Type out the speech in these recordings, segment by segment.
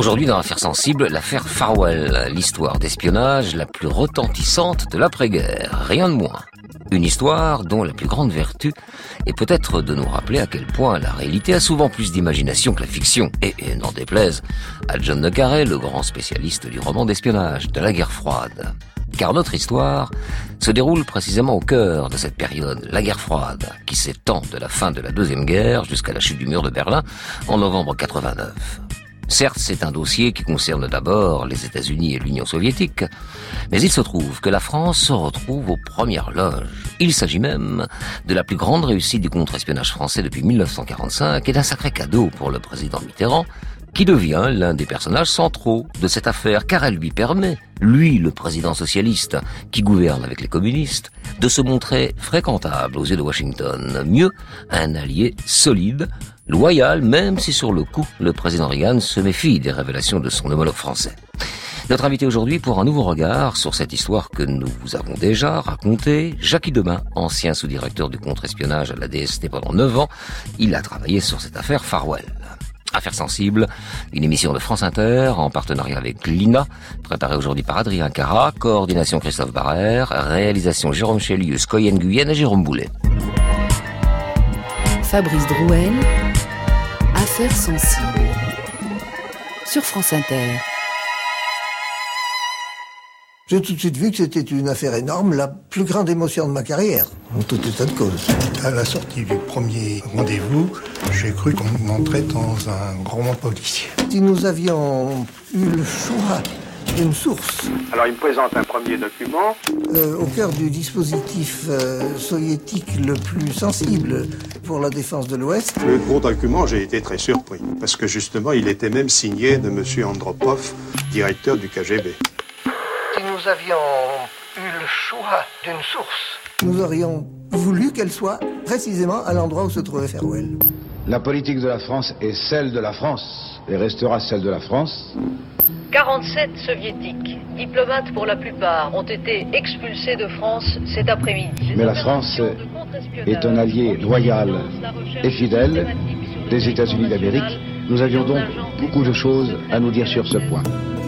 Aujourd'hui, dans l'affaire sensible, l'affaire Farwell, l'histoire d'espionnage la plus retentissante de l'après-guerre, rien de moins. Une histoire dont la plus grande vertu est peut-être de nous rappeler à quel point la réalité a souvent plus d'imagination que la fiction. Et n'en déplaise à John le Carré, le grand spécialiste du roman d'espionnage, de la guerre froide. Car notre histoire se déroule précisément au cœur de cette période, la guerre froide, qui s'étend de la fin de la Deuxième Guerre jusqu'à la chute du mur de Berlin en novembre 89. Certes, c'est un dossier qui concerne d'abord les États-Unis et l'Union soviétique, mais il se trouve que la France se retrouve aux premières loges. Il s'agit même de la plus grande réussite du contre-espionnage français depuis 1945 et d'un sacré cadeau pour le président Mitterrand, qui devient l'un des personnages centraux de cette affaire, car elle lui permet, lui, le président socialiste, qui gouverne avec les communistes, de se montrer fréquentable aux yeux de Washington. Mieux, un allié solide, loyal, même si sur le coup, le président Reagan se méfie des révélations de son homologue français. Notre invité aujourd'hui pour un nouveau regard sur cette histoire que nous vous avons déjà racontée, Jacky Debain, ancien sous-directeur du contre-espionnage à la DST pendant 9 ans. Il a travaillé sur cette affaire Farwell. Affaire sensible, une émission de France Inter en partenariat avec l'INA, préparée aujourd'hui par Adrien Cara, coordination Christophe Barrère, réalisation Jérôme Chélius, Coyenne Guyenne et Jérôme Boulet. Fabrice Drouel, Affaire sensible, sur France Inter. J'ai tout de suite vu que c'était une affaire énorme, la plus grande émotion de ma carrière, en tout état de cause. À la sortie du premier rendez-vous, j'ai cru qu'on entrait dans un roman policier. Si nous avions eu le choix d'une source... Alors il me présente un premier document. Au cœur du dispositif soviétique le plus sensible pour la défense de l'Ouest. Le gros document, j'ai été très surpris, parce que justement, il était même signé de M. Andropov, directeur du KGB. Si nous avions eu le choix d'une source, nous aurions voulu qu'elle soit précisément à l'endroit où se trouvait Farwell. La politique de la France est celle de la France et restera celle de la France. 47 soviétiques, diplomates pour la plupart, ont été expulsés de France cet après-midi. Mais la France est un allié loyal et fidèle des États-Unis d'Amérique. Nous avions donc beaucoup de choses à nous dire sur ce point.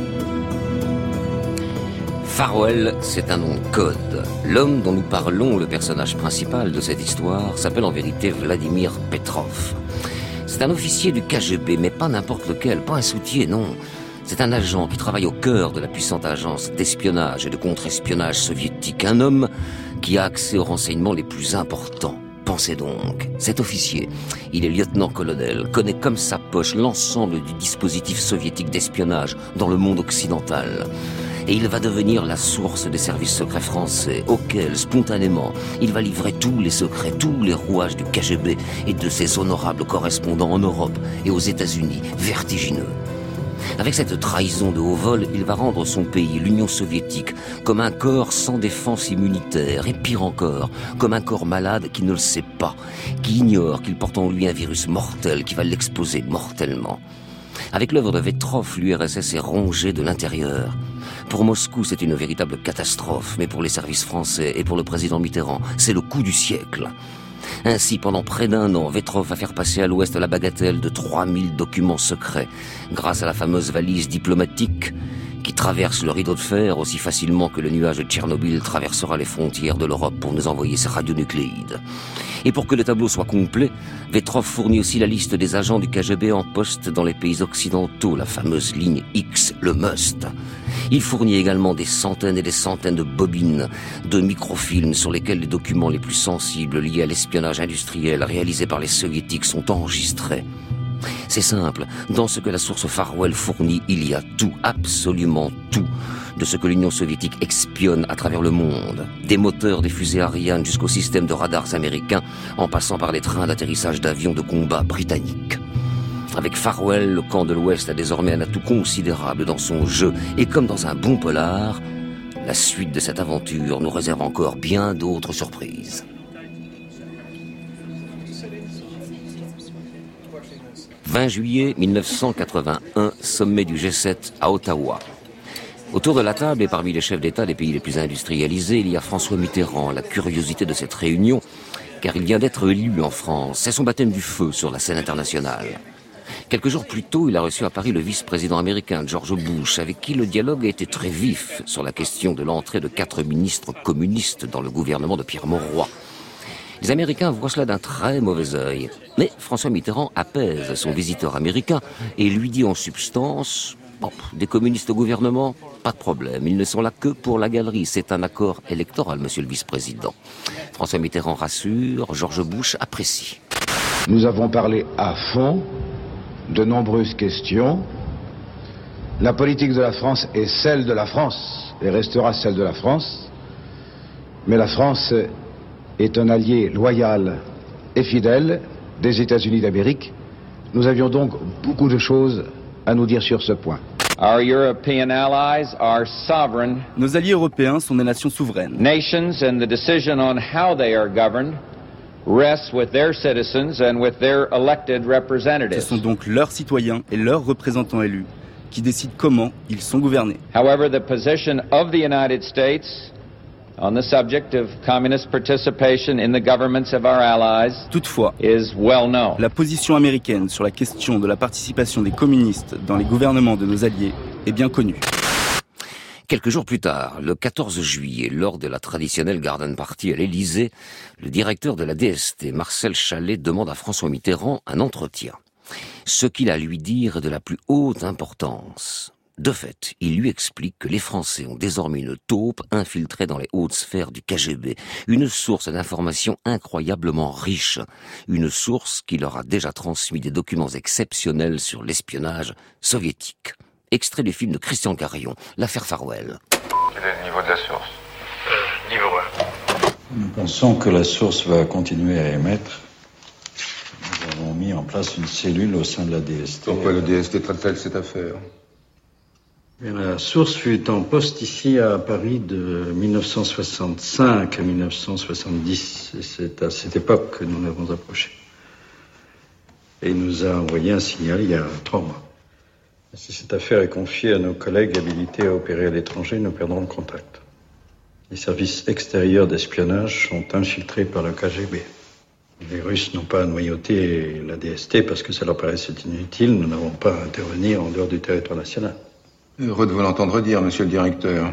Farwell, c'est un nom de code. L'homme dont nous parlons, le personnage principal de cette histoire, s'appelle en vérité Vladimir Petrov. C'est un officier du KGB, mais pas n'importe lequel, pas un soutier, non. C'est un agent qui travaille au cœur de la puissante agence d'espionnage et de contre-espionnage soviétique. Un homme qui a accès aux renseignements les plus importants. Pensez donc, cet officier, il est lieutenant-colonel, connaît comme sa poche l'ensemble du dispositif soviétique d'espionnage dans le monde occidental. Et il va devenir la source des services secrets français, auxquels, spontanément, il va livrer tous les secrets, tous les rouages du KGB et de ses honorables correspondants en Europe et aux États-Unis, vertigineux. Avec cette trahison de haut vol, il va rendre son pays, l'Union soviétique, comme un corps sans défense immunitaire, et pire encore, comme un corps malade qui ne le sait pas, qui ignore qu'il porte en lui un virus mortel qui va l'exposer mortellement. Avec l'œuvre de Vetrov, l'URSS est rongée de l'intérieur. Pour Moscou, c'est une véritable catastrophe, mais pour les services français et pour le président Mitterrand, c'est le coup du siècle. Ainsi, pendant près d'1 an, Vetrov va faire passer à l'Ouest la bagatelle de 3000 documents secrets, grâce à la fameuse valise diplomatique qui traverse le rideau de fer aussi facilement que le nuage de Tchernobyl traversera les frontières de l'Europe pour nous envoyer ses radionucléides. Et pour que le tableau soit complet, Vetrov fournit aussi la liste des agents du KGB en poste dans les pays occidentaux, la fameuse ligne X, le must. Il fournit également des centaines et des centaines de bobines, de microfilms sur lesquels les documents les plus sensibles liés à l'espionnage industriel réalisé par les soviétiques sont enregistrés. C'est simple, dans ce que la source Farwell fournit, il y a tout, absolument tout, de ce que l'Union soviétique espionne à travers le monde. Des moteurs des fusées Ariane jusqu'au système de radars américains, en passant par les trains d'atterrissage d'avions de combat britanniques. Avec Farwell, le camp de l'Ouest a désormais un atout considérable dans son jeu, et comme dans un bon polar, la suite de cette aventure nous réserve encore bien d'autres surprises. 20 juillet 1981, sommet du G7 à Ottawa. Autour de la table et parmi les chefs d'État des pays les plus industrialisés, il y a François Mitterrand. La curiosité de cette réunion, car il vient d'être élu en France. C'est son baptême du feu sur la scène internationale. Quelques jours plus tôt, il a reçu à Paris le vice-président américain, George Bush, avec qui le dialogue a été très vif sur la question de l'entrée de 4 ministres communistes dans le gouvernement de Pierre Mauroy. Les Américains voient cela d'un très mauvais œil. Mais François Mitterrand apaise son visiteur américain et lui dit en substance... Bon, des communistes au gouvernement, pas de problème. Ils ne sont là que pour la galerie. C'est un accord électoral, monsieur le vice-président. François Mitterrand rassure, George Bush apprécie. Nous avons parlé à fond de nombreuses questions. La politique de la France est celle de la France et restera celle de la France. Mais la France est un allié loyal et fidèle des États-Unis d'Amérique. Nous avions donc beaucoup de choses à nous dire sur ce point. Our European allies are sovereign. Nos alliés européens sont des nations souveraines. Nations and the decision on how they are governed rests with their citizens and with their elected representatives. Ce sont donc leurs citoyens et leurs représentants élus qui décident comment ils sont gouvernés. However, the position of the United States on the subject of communist participation in the governments of our allies toutefois, is well known. La position américaine sur la question de la participation des communistes dans les gouvernements de nos alliés est bien connue. Quelques jours plus tard, le 14 juillet, lors de la traditionnelle garden party à l'Élysée, le directeur de la DST, Marcel Chalet, demande à François Mitterrand un entretien. Ce qu'il a à lui dire est de la plus haute importance. De fait, il lui explique que les Français ont désormais une taupe infiltrée dans les hautes sphères du KGB, une source d'informations incroyablement riche, une source qui leur a déjà transmis des documents exceptionnels sur l'espionnage soviétique. Extrait du film de Christian Carion, l'affaire Farwell. Quel est le niveau de la source ? Niveau 1. Nous pensons que la source va continuer à émettre. Nous avons mis en place une cellule au sein de la DST. Pourquoi le DST traite-t-elle cette affaire ? Bien, la source fut en poste ici à Paris de 1965 à 1970. Et c'est à cette époque que nous l'avons approché. Et il nous a envoyé un signal il y a 3 mois. Et si cette affaire est confiée à nos collègues habilités à opérer à l'étranger, nous perdrons le contact. Les services extérieurs d'espionnage sont infiltrés par le KGB. Les Russes n'ont pas noyauté la DST parce que ça leur paraissait inutile. Nous n'avons pas à intervenir en dehors du territoire national. Heureux de vous l'entendre dire, monsieur le directeur.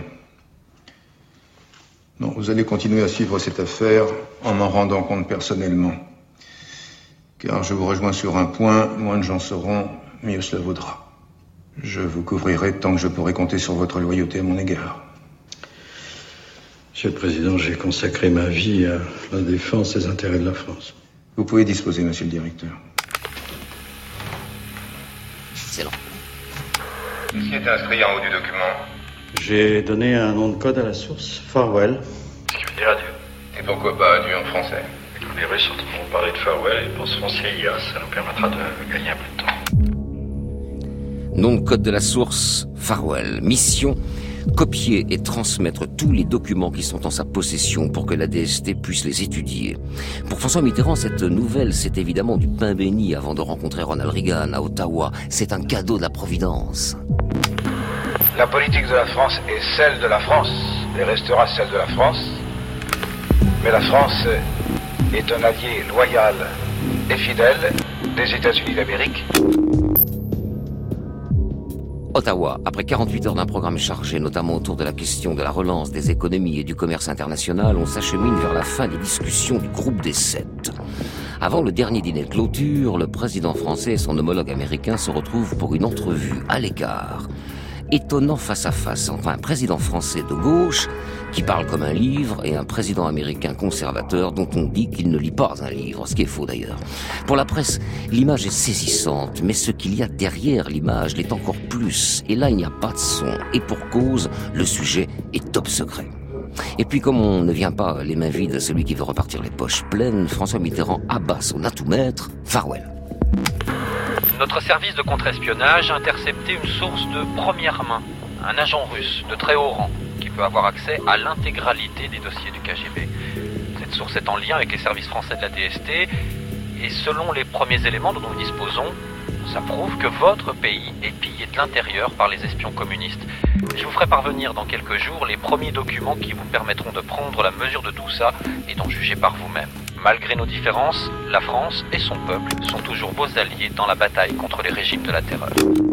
Non, vous allez continuer à suivre cette affaire en m'en rendant compte personnellement. Car je vous rejoins sur un point, moins de gens sauront, mieux cela vaudra. Je vous couvrirai tant que je pourrai compter sur votre loyauté à mon égard. Monsieur le Président, j'ai consacré ma vie à la défense des intérêts de la France. Vous pouvez disposer, monsieur le directeur. Excellent. Qu'est-ce qui est inscrit en haut du document ? J'ai donné un nom de code à la source, Farwell. Ce qui veut dire adieu. Et pourquoi pas adieu en français ? Les Russes entendront parler de Farwell et penseront CIA, ça nous permettra de gagner un peu de temps. Nom de code de la source, Farwell. Mission, copier et transmettre tous les documents qui sont en sa possession pour que la DST puisse les étudier. Pour François Mitterrand, cette nouvelle, c'est évidemment du pain béni avant de rencontrer Ronald Reagan à Ottawa. C'est un cadeau de la Providence. La politique de la France est celle de la France et restera celle de la France. Mais la France est un allié loyal et fidèle des États-Unis d'Amérique. Ottawa, après 48 heures d'un programme chargé, notamment autour de la question de la relance des économies et du commerce international, on s'achemine vers la fin des discussions du groupe des 7. Avant le dernier dîner de clôture, le président français et son homologue américain se retrouvent pour une entrevue à l'écart. Étonnant face à face entre un président français de gauche, qui parle comme un livre, et un président américain conservateur dont on dit qu'il ne lit pas un livre, ce qui est faux d'ailleurs. Pour la presse, l'image est saisissante, mais ce qu'il y a derrière l'image l'est encore plus. Et là, il n'y a pas de son. Et pour cause, le sujet est top secret. Et puis, comme on ne vient pas les mains vides à celui qui veut repartir les poches pleines, François Mitterrand abat son atout-maître, Farwell. Notre service de contre-espionnage a intercepté une source de première main, un agent russe de très haut rang, qui peut avoir accès à l'intégralité des dossiers du KGB. Cette source est en lien avec les services français de la DST, et selon les premiers éléments dont nous disposons, ça prouve que votre pays est pillé de l'intérieur par les espions communistes. Je vous ferai parvenir dans quelques jours les premiers documents qui vous permettront de prendre la mesure de tout ça et d'en juger par vous-même. Malgré nos différences, la France et son peuple sont toujours beaux alliés dans la bataille contre les régimes de la terreur.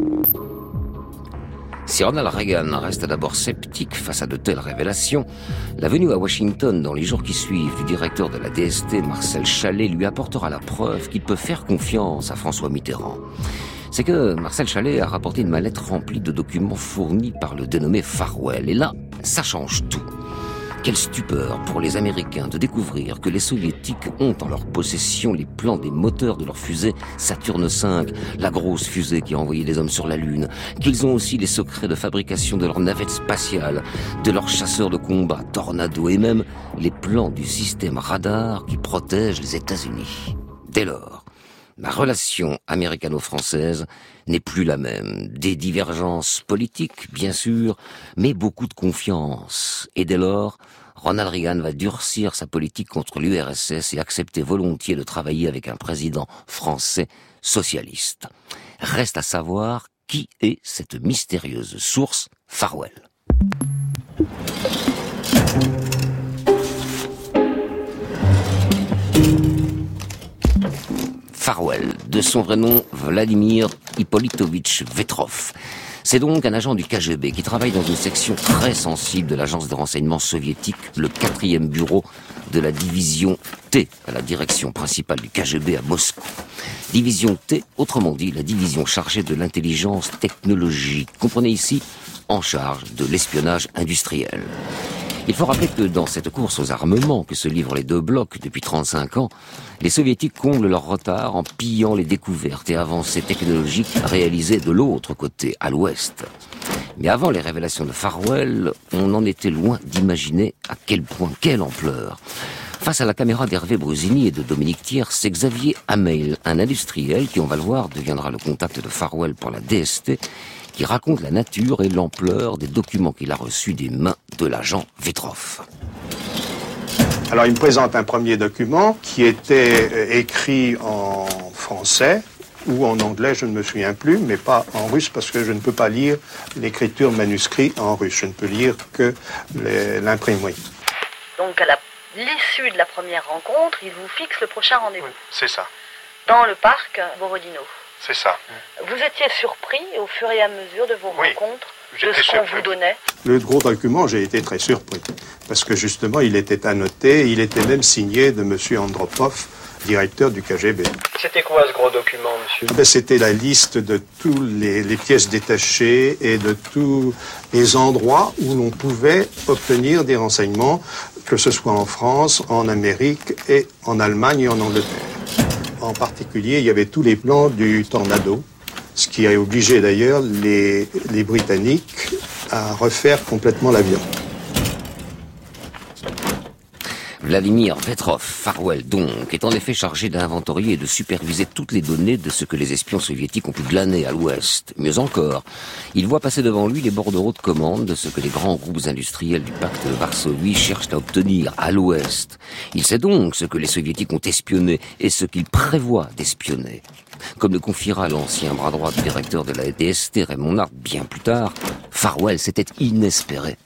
Si Ronald Reagan reste d'abord sceptique face à de telles révélations, la venue à Washington dans les jours qui suivent du directeur de la DST, Marcel Chalais, lui apportera la preuve qu'il peut faire confiance à François Mitterrand. C'est que Marcel Chalais a rapporté une mallette remplie de documents fournis par le dénommé Farwell. Et là, ça change tout. Quelle stupeur pour les Américains de découvrir que les Soviétiques ont en leur possession les plans des moteurs de leur fusée Saturne V, la grosse fusée qui a envoyé les hommes sur la Lune, qu'ils ont aussi les secrets de fabrication de leurs navettes spatiales, de leurs chasseurs de combat Tornado et même les plans du système radar qui protège les États-Unis. Dès lors, la relation américano-française n'est plus la même. Des divergences politiques, bien sûr, mais beaucoup de confiance. Et dès lors, Ronald Reagan va durcir sa politique contre l'URSS et accepter volontiers de travailler avec un président français socialiste. Reste à savoir qui est cette mystérieuse source Farwell. Farwell, de son vrai nom Vladimir Hippolytovitch Vetrov. C'est donc un agent du KGB qui travaille dans une section très sensible de l'agence de renseignement soviétique, le 4e bureau de la division T, à la direction principale du KGB à Moscou. Division T, autrement dit, la division chargée de l'intelligence technologique. Comprenez ici, en charge de l'espionnage industriel. Il faut rappeler que dans cette course aux armements que se livrent les deux blocs depuis 35 ans, les Soviétiques comblent leur retard en pillant les découvertes et avancées technologiques réalisées de l'autre côté, à l'ouest. Mais avant les révélations de Farwell, on en était loin d'imaginer à quel point, quelle ampleur. Face à la caméra d'Hervé Brusini et de Dominique Thiers, c'est Xavier Hamel, un industriel qui, on va le voir, deviendra le contact de Farwell pour la DST, qui raconte la nature et l'ampleur des documents qu'il a reçus des mains de l'agent Vetrov. Alors il me présente un premier document qui était écrit en français ou en anglais, je ne me souviens plus, mais pas en russe parce que je ne peux pas lire l'écriture manuscrite en russe. Je ne peux lire que l'imprimerie. Donc à l'issue de la première rencontre, il vous fixe le prochain rendez-vous. Oui, c'est ça. Dans le parc Borodino. C'est ça. Vous étiez surpris au fur et à mesure de vos rencontres, de ce qu'on vous donnait? Le gros document, j'ai été très surpris. Parce que justement, il était annoté, il était même signé de M. Andropov, directeur du KGB. C'était quoi ce gros document, monsieur? C'était la liste de tous les pièces détachées et de tous les endroits où l'on pouvait obtenir des renseignements, que ce soit en France, en Amérique et en Allemagne et en Angleterre. En particulier, il y avait tous les plans du Tornado, ce qui a obligé d'ailleurs les Britanniques à refaire complètement l'avion. Vladimir Vetrov, Farwell donc, est en effet chargé d'inventorier et de superviser toutes les données de ce que les espions soviétiques ont pu glaner à l'ouest. Mieux encore, il voit passer devant lui les bordereaux de commande de ce que les grands groupes industriels du pacte de Varsovie cherchent à obtenir à l'ouest. Il sait donc ce que les soviétiques ont espionné et ce qu'ils prévoient d'espionner. Comme le confiera l'ancien bras droit du directeur de la DST, Raymond Nart, bien plus tard, Farwell, c'était inespéré.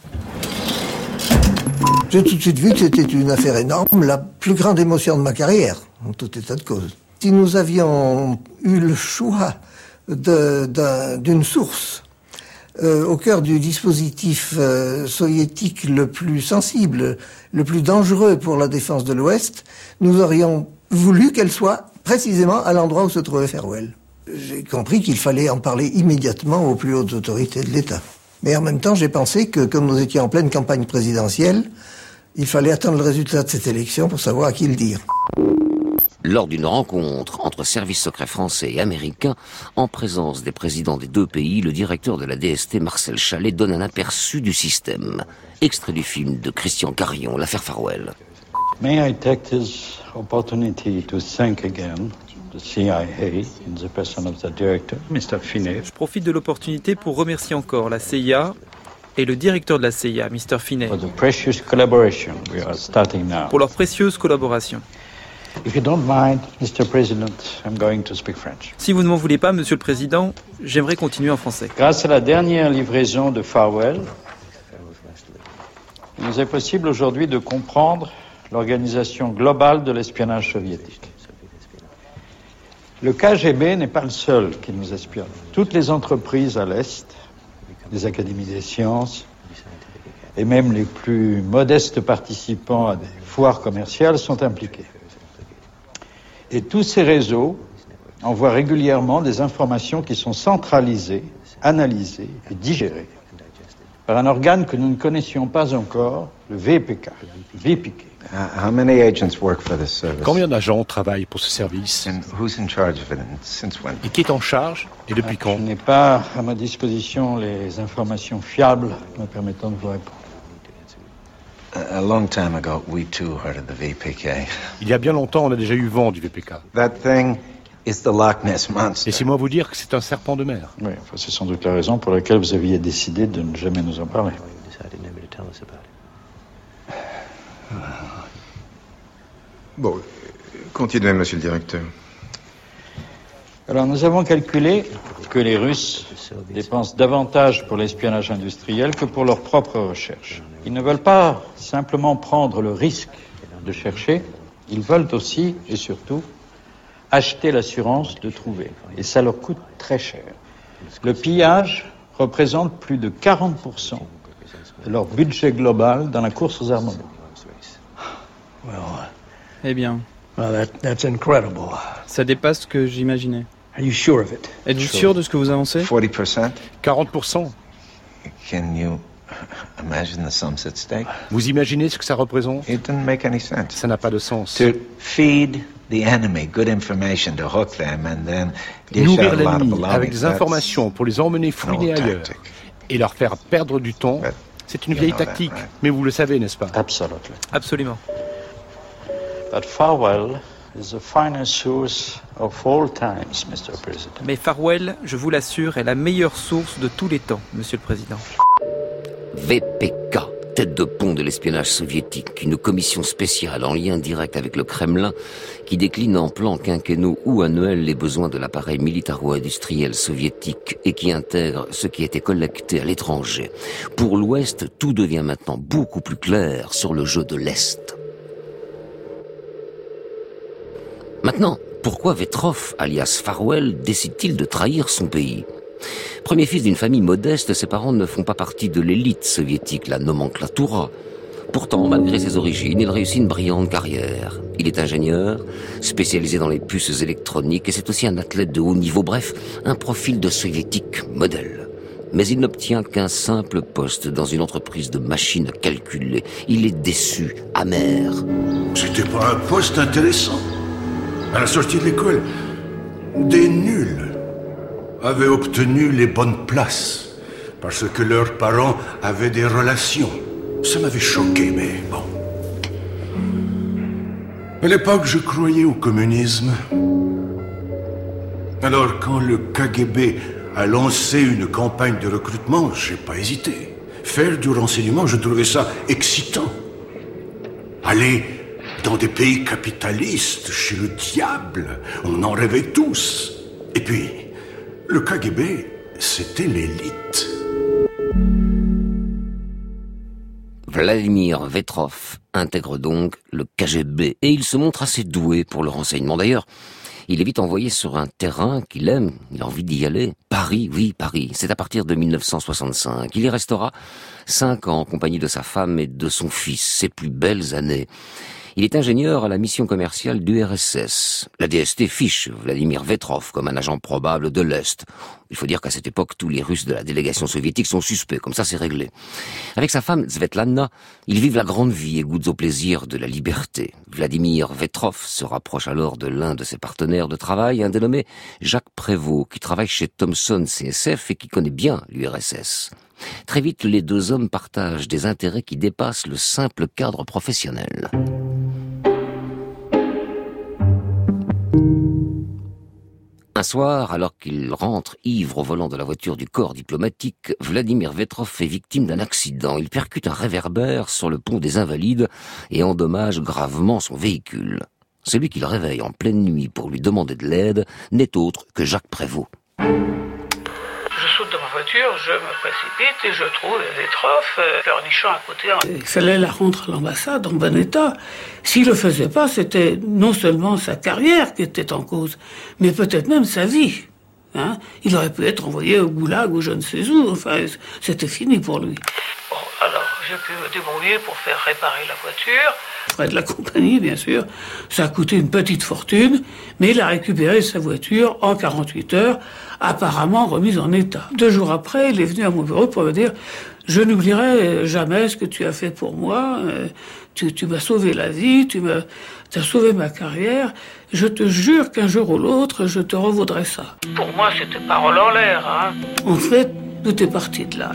J'ai tout de suite vu que c'était une affaire énorme, la plus grande émotion de ma carrière, en tout état de cause. Si nous avions eu le choix d'une source au cœur du dispositif soviétique le plus sensible, le plus dangereux pour la défense de l'Ouest, nous aurions voulu qu'elle soit précisément à l'endroit où se trouvait Farwell. J'ai compris qu'il fallait en parler immédiatement aux plus hautes autorités de l'État. Mais en même temps, j'ai pensé que, comme nous étions en pleine campagne présidentielle, il fallait attendre le résultat de cette élection pour savoir à qui le dire. Lors d'une rencontre entre services secrets français et américains, en présence des présidents des deux pays, le directeur de la DST, Marcel Chalais, donne un aperçu du système. Extrait du film de Christian Carillon, l'affaire Farwell. May I take this opportunity to thank again the CIA in the person of the director, Mr. Finney. Je profite de l'opportunité pour remercier encore la CIA et le directeur de la CIA, Mr. Finney, For the precious collaboration we are starting now. pour leur précieuse collaboration. If you don't mind, Mr. President, I'm going to speak French. Si vous ne m'en voulez pas, Monsieur le Président, j'aimerais continuer en français. Grâce à la dernière livraison de Farwell, il nous est possible aujourd'hui de comprendre l'organisation globale de l'espionnage soviétique. Le KGB n'est pas le seul qui nous espionne. Toutes les entreprises à l'Est, les académies des sciences, et même les plus modestes participants à des foires commerciales sont impliqués. Et tous ces réseaux envoient régulièrement des informations qui sont centralisées, analysées et digérées par un organe que nous ne connaissions pas encore, le VPK. How many agents work for this service? Combien d'agents travaillent pour ce service? And who's in charge of it and since when? Et qui est en charge et depuis quand? Je n'ai pas à ma disposition les informations fiables me permettant de vous répondre. A long time ago, we too heard of the VPK. Il y a bien longtemps, on a déjà eu vent du VPK. That thing is the Loch Ness Monster. Laissez-moi vous dire que c'est un serpent de mer. Oui, enfin, c'est sans doute la raison pour laquelle vous aviez décidé de ne jamais nous en parler. Bon, continuez, monsieur le directeur. Alors, nous avons calculé que les Russes dépensent davantage pour l'espionnage industriel que pour leurs propres recherches. Ils ne veulent pas simplement prendre le risque de chercher, ils veulent aussi, et surtout, acheter l'assurance de trouver. Et ça leur coûte très cher. Le pillage représente plus de 40% de leur budget global dans la course aux armements. Eh bien, that's incredible. Ça dépasse ce que j'imaginais. Are you sure of it? Êtes-vous sûr de ce que vous avancez? 40%? 40%. Can you imagine the sums at stake? Vous imaginez ce que ça représente? It doesn't make any sense. Ça n'a pas de sens. To feed the enemy good information to hook them and then dish Nourrir out a lot of l'ennemi baloney. avec des informations pour les emmener fouiner ailleurs et leur faire perdre du temps, c'est une vieille tactique. Mais vous le savez, n'est-ce pas? Absolument. But Farwell is the finest source of all times, Mr. President. Mais Farwell, je vous l'assure, est la meilleure source de tous les temps, Monsieur le Président. VPK, tête de pont de l'espionnage soviétique, une commission spéciale en lien direct avec le Kremlin qui décline en plans quinquennaux ou annuels les besoins de l'appareil militaro-industriel soviétique et qui intègre ce qui était collecté à l'étranger. Pour l'Ouest, tout devient maintenant beaucoup plus clair sur le jeu de l'Est. Maintenant, pourquoi Vetrov, alias Farwell, décide-t-il de trahir son pays? Premier fils d'une famille modeste, ses parents ne font pas partie de l'élite soviétique, la nomenklatura. Pourtant, malgré ses origines, il réussit une brillante carrière. Il est ingénieur, spécialisé dans les puces électroniques, et c'est aussi un athlète de haut niveau, bref, un profil de soviétique modèle. Mais il n'obtient qu'un simple poste dans une entreprise de machines à calculer. Il est déçu, amer. C'était pas un poste intéressant. À la sortie de l'école, des nuls avaient obtenu les bonnes places parce que leurs parents avaient des relations. Ça m'avait choqué, mais bon. À l'époque, je croyais au communisme. Alors, quand le KGB a lancé une campagne de recrutement, j'ai pas hésité. Faire du renseignement, je trouvais ça excitant. Aller dans des pays capitalistes, chez le diable, on en rêvait tous. Et puis, le KGB, c'était l'élite. Vladimir Vetrov intègre donc le KGB et il se montre assez doué pour le renseignement. D'ailleurs, il est vite envoyé sur un terrain qu'il aime, il a envie d'y aller. Paris, oui, Paris. C'est à partir de 1965. Il y restera 5 ans en compagnie de sa femme et de son fils, ses plus belles années. Il est ingénieur à la mission commerciale du RSS. La DST fiche Vladimir Vetrov comme un agent probable de l'Est. Il faut dire qu'à cette époque, tous les Russes de la délégation soviétique sont suspects, comme ça c'est réglé. Avec sa femme Svetlana, ils vivent la grande vie et goûtent au plaisir de la liberté. Vladimir Vetrov se rapproche alors de l'un de ses partenaires de travail, un dénommé Jacques Prévost, qui travaille chez Thomson CSF et qui connaît bien l'URSS. Très vite, les deux hommes partagent des intérêts qui dépassent le simple cadre professionnel. Un soir, alors qu'il rentre ivre au volant de la voiture du corps diplomatique, Vladimir Vetrov est victime d'un accident. Il percute un réverbère sur le pont des Invalides et endommage gravement son véhicule. Celui qui le réveille en pleine nuit pour lui demander de l'aide n'est autre que Jacques Prévost. Je saute dans ma voiture voiture, je me précipite et je trouve Vetrov pleurnichant à côté. Il fallait la rendre à l'ambassade en bon état. S'il le faisait pas, c'était non seulement sa carrière qui était en cause, mais peut-être même sa vie. Hein, il aurait pu être envoyé au goulag ou je ne sais où. Enfin, c'était fini pour lui. Bon, alors, j'ai pu me débrouiller pour faire réparer la voiture. Frais de la compagnie, bien sûr. Ça a coûté une petite fortune, mais il a récupéré sa voiture en 48 heures, apparemment remise en état. 2 jours après, il est venu à mon bureau pour me dire « Je n'oublierai jamais ce que tu as fait pour moi. Tu m'as sauvé la vie, tu as sauvé ma carrière. Je te jure qu'un jour ou l'autre, je te revaudrai ça. » Pour moi, c'était parole en l'air. Hein. En fait, tout est parti de là.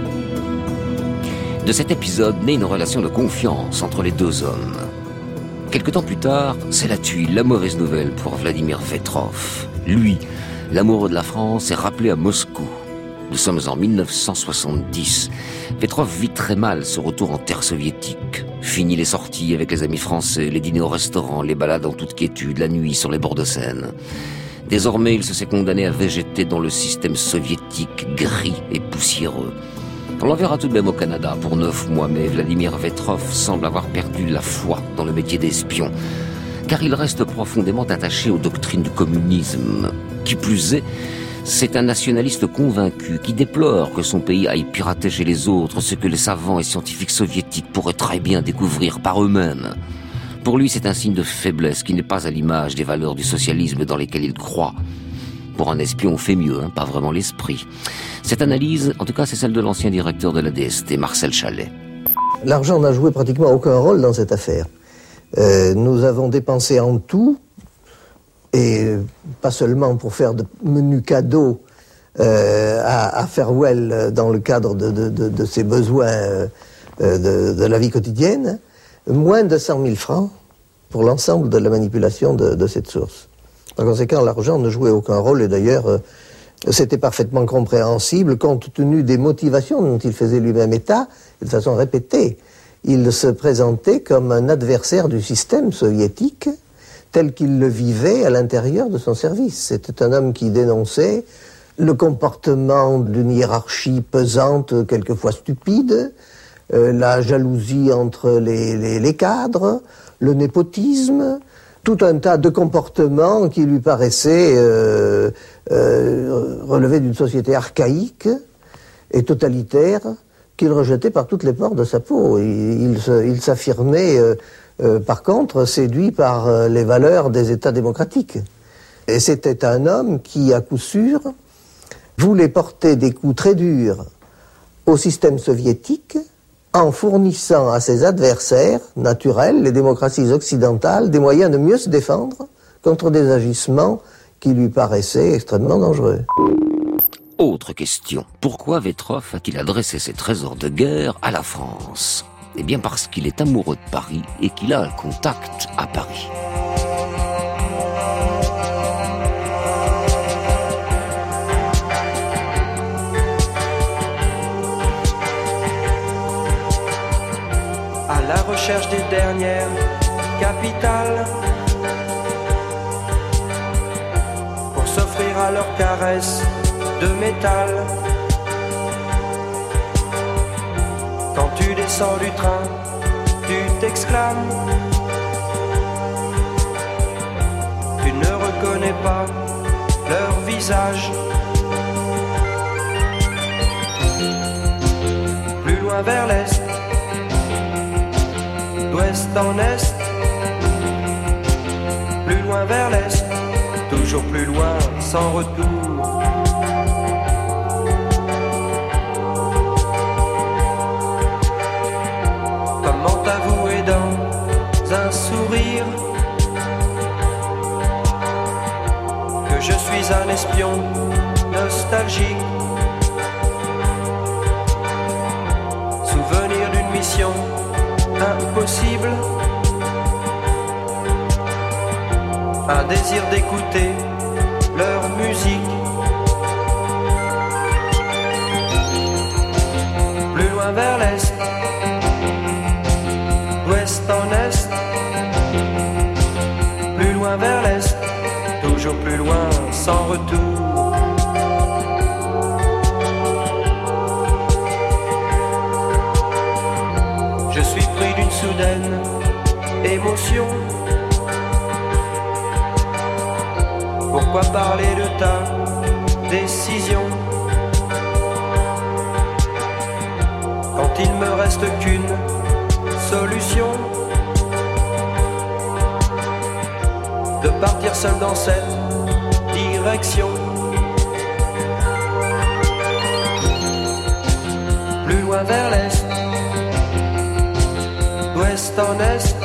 De cet épisode naît une relation de confiance entre les deux hommes. Quelque temps plus tard, c'est la tuile, la mauvaise nouvelle pour Vladimir Vetrov. Lui, l'amoureux de la France, est rappelé à Moscou. Nous sommes en 1970. Vetrov vit très mal ce retour en terre soviétique. Fini les sorties avec les amis français, les dîners au restaurant, les balades en toute quiétude, la nuit sur les bords de Seine. Désormais, il se sait condamné à végéter dans le système soviétique gris et poussiéreux. On l'enverra tout de même au Canada pour 9 mois, mais Vladimir Vetrov semble avoir perdu la foi dans le métier d'espion, car il reste profondément attaché aux doctrines du communisme. Qui plus est, c'est un nationaliste convaincu qui déplore que son pays aille pirater chez les autres ce que les savants et scientifiques soviétiques pourraient très bien découvrir par eux-mêmes. Pour lui, c'est un signe de faiblesse qui n'est pas à l'image des valeurs du socialisme dans lesquelles il croit. Pour un espion, on fait mieux, pas vraiment l'esprit. Cette analyse, en tout cas, c'est celle de l'ancien directeur de la DST, Marcel Chalet. L'argent n'a joué pratiquement aucun rôle dans cette affaire. Nous avons dépensé en tout, et pas seulement pour faire de menus cadeaux à Farewell dans le cadre de ses besoins de la vie quotidienne, moins de 100 000 francs pour l'ensemble de la manipulation de cette source. Par conséquent, l'argent ne jouait aucun rôle, et d'ailleurs, c'était parfaitement compréhensible compte tenu des motivations dont il faisait lui-même état, de façon répétée. Il se présentait comme un adversaire du système soviétique, tel qu'il le vivait à l'intérieur de son service. C'était un homme qui dénonçait le comportement d'une hiérarchie pesante, quelquefois stupide, la jalousie entre les cadres, le népotisme, tout un tas de comportements qui lui paraissaient relever d'une société archaïque et totalitaire qu'il rejetait par toutes les pores de sa peau. Il s'affirmait, par contre, séduit par les valeurs des États démocratiques. Et c'était un homme qui, à coup sûr, voulait porter des coups très durs au système soviétique en fournissant à ses adversaires naturels, les démocraties occidentales, des moyens de mieux se défendre contre des agissements qui lui paraissaient extrêmement dangereux. Autre question. Pourquoi Vetrov a-t-il adressé ses trésors de guerre à la France? Eh bien parce qu'il est amoureux de Paris et qu'il a un contact à Paris. À la recherche des dernières capitales, pour s'offrir à leurs caresses de métal. Quand tu descends du train, tu t'exclames, tu ne reconnais pas leur visage. Plus loin vers l'est, d'ouest en est, plus loin vers l'est, toujours plus loin sans retour. Comment t'avouer dans un sourire que je suis un espion nostalgique? Souvenir d'une mission impossible, un désir d'écouter leur musique. Plus loin vers l'est, d'ouest en est, plus loin vers l'est, toujours plus loin sans retour. pris d'une soudaine émotion. Pourquoi parler de ta décision quand il me reste qu'une solution, de partir seul dans cette direction. Plus loin vers l'est, d'ouest en est,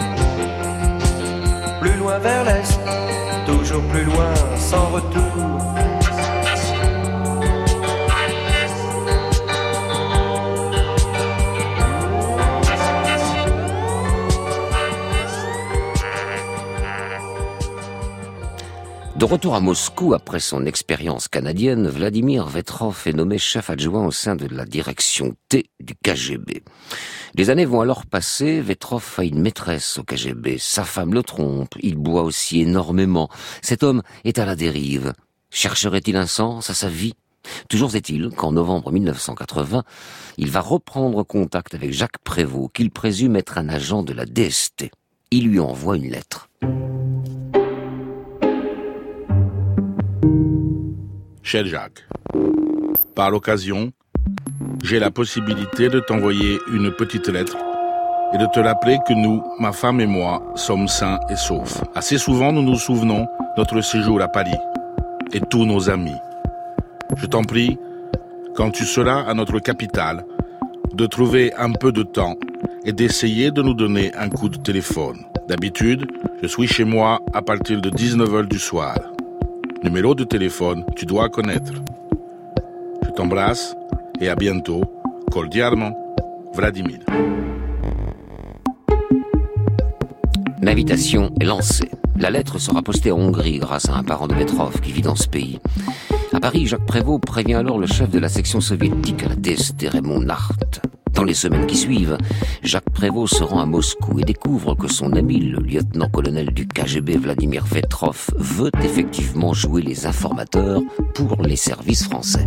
plus loin vers l'est, toujours plus loin sans retour. De retour à Moscou, après son expérience canadienne, Vladimir Vetrov est nommé chef adjoint au sein de la direction T du KGB. Les années vont alors passer, Vetrov a une maîtresse au KGB, sa femme le trompe, il boit aussi énormément. Cet homme est à la dérive. Chercherait-il un sens à sa vie ? Toujours est-il qu'en novembre 1980, il va reprendre contact avec Jacques Prévost, qu'il présume être un agent de la DST. Il lui envoie une lettre. Cher Jacques, par l'occasion, j'ai la possibilité de t'envoyer une petite lettre et de te rappeler que nous, ma femme et moi, sommes sains et saufs. Assez souvent, nous nous souvenons de notre séjour à Paris et tous nos amis. Je t'en prie, quand tu seras à notre capitale, de trouver un peu de temps et d'essayer de nous donner un coup de téléphone. D'habitude, je suis chez moi à partir de 19h du soir. Numéro de téléphone, tu dois connaître. Je t'embrasse et à bientôt. Cordialement, Vladimir. L'invitation est lancée. La lettre sera postée en Hongrie grâce à un parent de Vetrov qui vit dans ce pays. À Paris, Jacques Prévost prévient alors le chef de la section soviétique à la DST, Raymond Nacht. Dans les semaines qui suivent, Jacques Prévost se rend à Moscou et découvre que son ami, le lieutenant-colonel du KGB Vladimir Vetrov, veut effectivement jouer les informateurs pour les services français.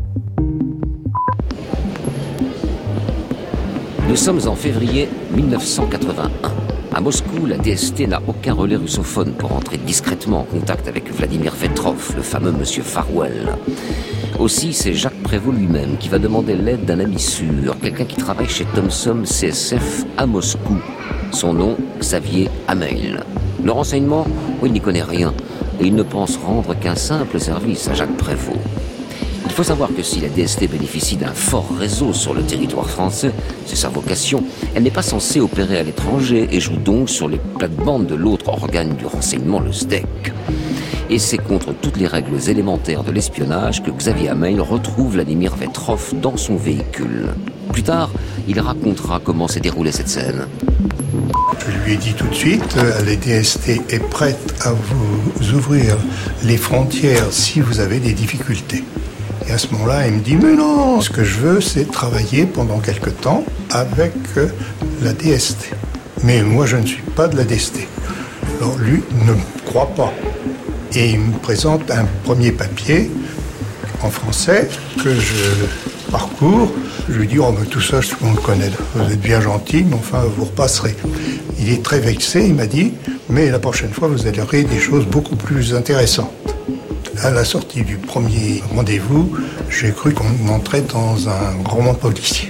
Nous sommes en février 1981. À Moscou, la DST n'a aucun relais russophone pour entrer discrètement en contact avec Vladimir Vetrov, le fameux monsieur Farwell. Aussi, c'est Jacques Prévost lui-même qui va demander l'aide d'un ami sûr, quelqu'un qui travaille chez Thomson CSF à Moscou. Son nom, Xavier Hamel. Le renseignement, il n'y connaît rien, et il ne pense rendre qu'un simple service à Jacques Prévost. Il faut savoir que si la DST bénéficie d'un fort réseau sur le territoire français, c'est sa vocation, elle n'est pas censée opérer à l'étranger et joue donc sur les plates-bandes de l'autre organe du renseignement, le SDEC. Et c'est contre toutes les règles élémentaires de l'espionnage que Xavier Hamel retrouve Vladimir Vetrov dans son véhicule. Plus tard, il racontera comment s'est déroulée cette scène. Je lui ai dit tout de suite, la DST est prête à vous ouvrir les frontières si vous avez des difficultés. Et à ce moment-là, il me dit, mais non, ce que je veux, c'est travailler pendant quelque temps avec la DST. Mais moi, je ne suis pas de la DST. Alors lui ne me croit pas. Et il me présente un premier papier en français que je parcours. Je lui dis, oh, mais tout ça, on le connaît. Vous êtes bien gentil, mais enfin, vous repasserez. Il est très vexé, il m'a dit, mais la prochaine fois, vous allez avoir des choses beaucoup plus intéressantes. À la sortie du premier rendez-vous, j'ai cru qu'on entrait dans un roman policier.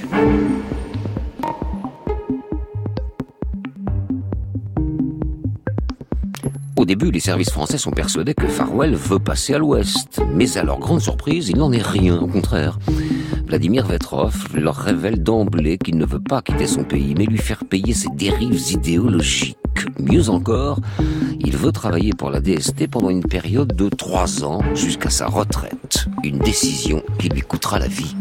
Au début, les services français sont persuadés que Farwell veut passer à l'ouest. Mais à leur grande surprise, il n'en est rien, au contraire. Vladimir Vetrov leur révèle d'emblée qu'il ne veut pas quitter son pays, mais lui faire payer ses dérives idéologiques. Mieux encore, il veut travailler pour la DST pendant une période de 3 ans jusqu'à sa retraite. Une décision qui lui coûtera la vie.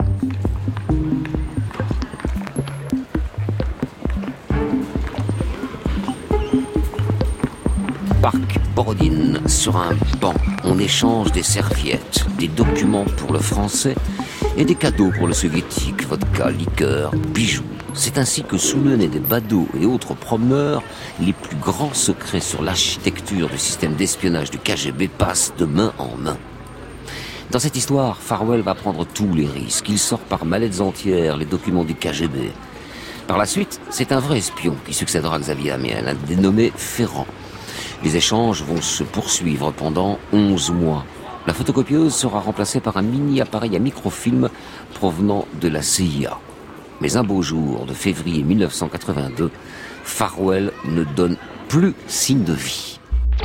Parc Borodine, sur un banc, on échange des serviettes, des documents pour le français et des cadeaux pour le soviétique, vodka, liqueur, bijoux. C'est ainsi que sous le nez des badauds et autres promeneurs, les plus grands secrets sur l'architecture du système d'espionnage du KGB passent de main en main. Dans cette histoire, Farwell va prendre tous les risques. Il sort par mallettes entières les documents du KGB. Par la suite, c'est un vrai espion qui succédera à Xavier Amiel, un dénommé Ferrand. Les échanges vont se poursuivre pendant 11 mois. La photocopieuse sera remplacée par un mini-appareil à microfilm provenant de la CIA. Mais un beau jour de février 1982, Farwell ne donne plus signe de vie.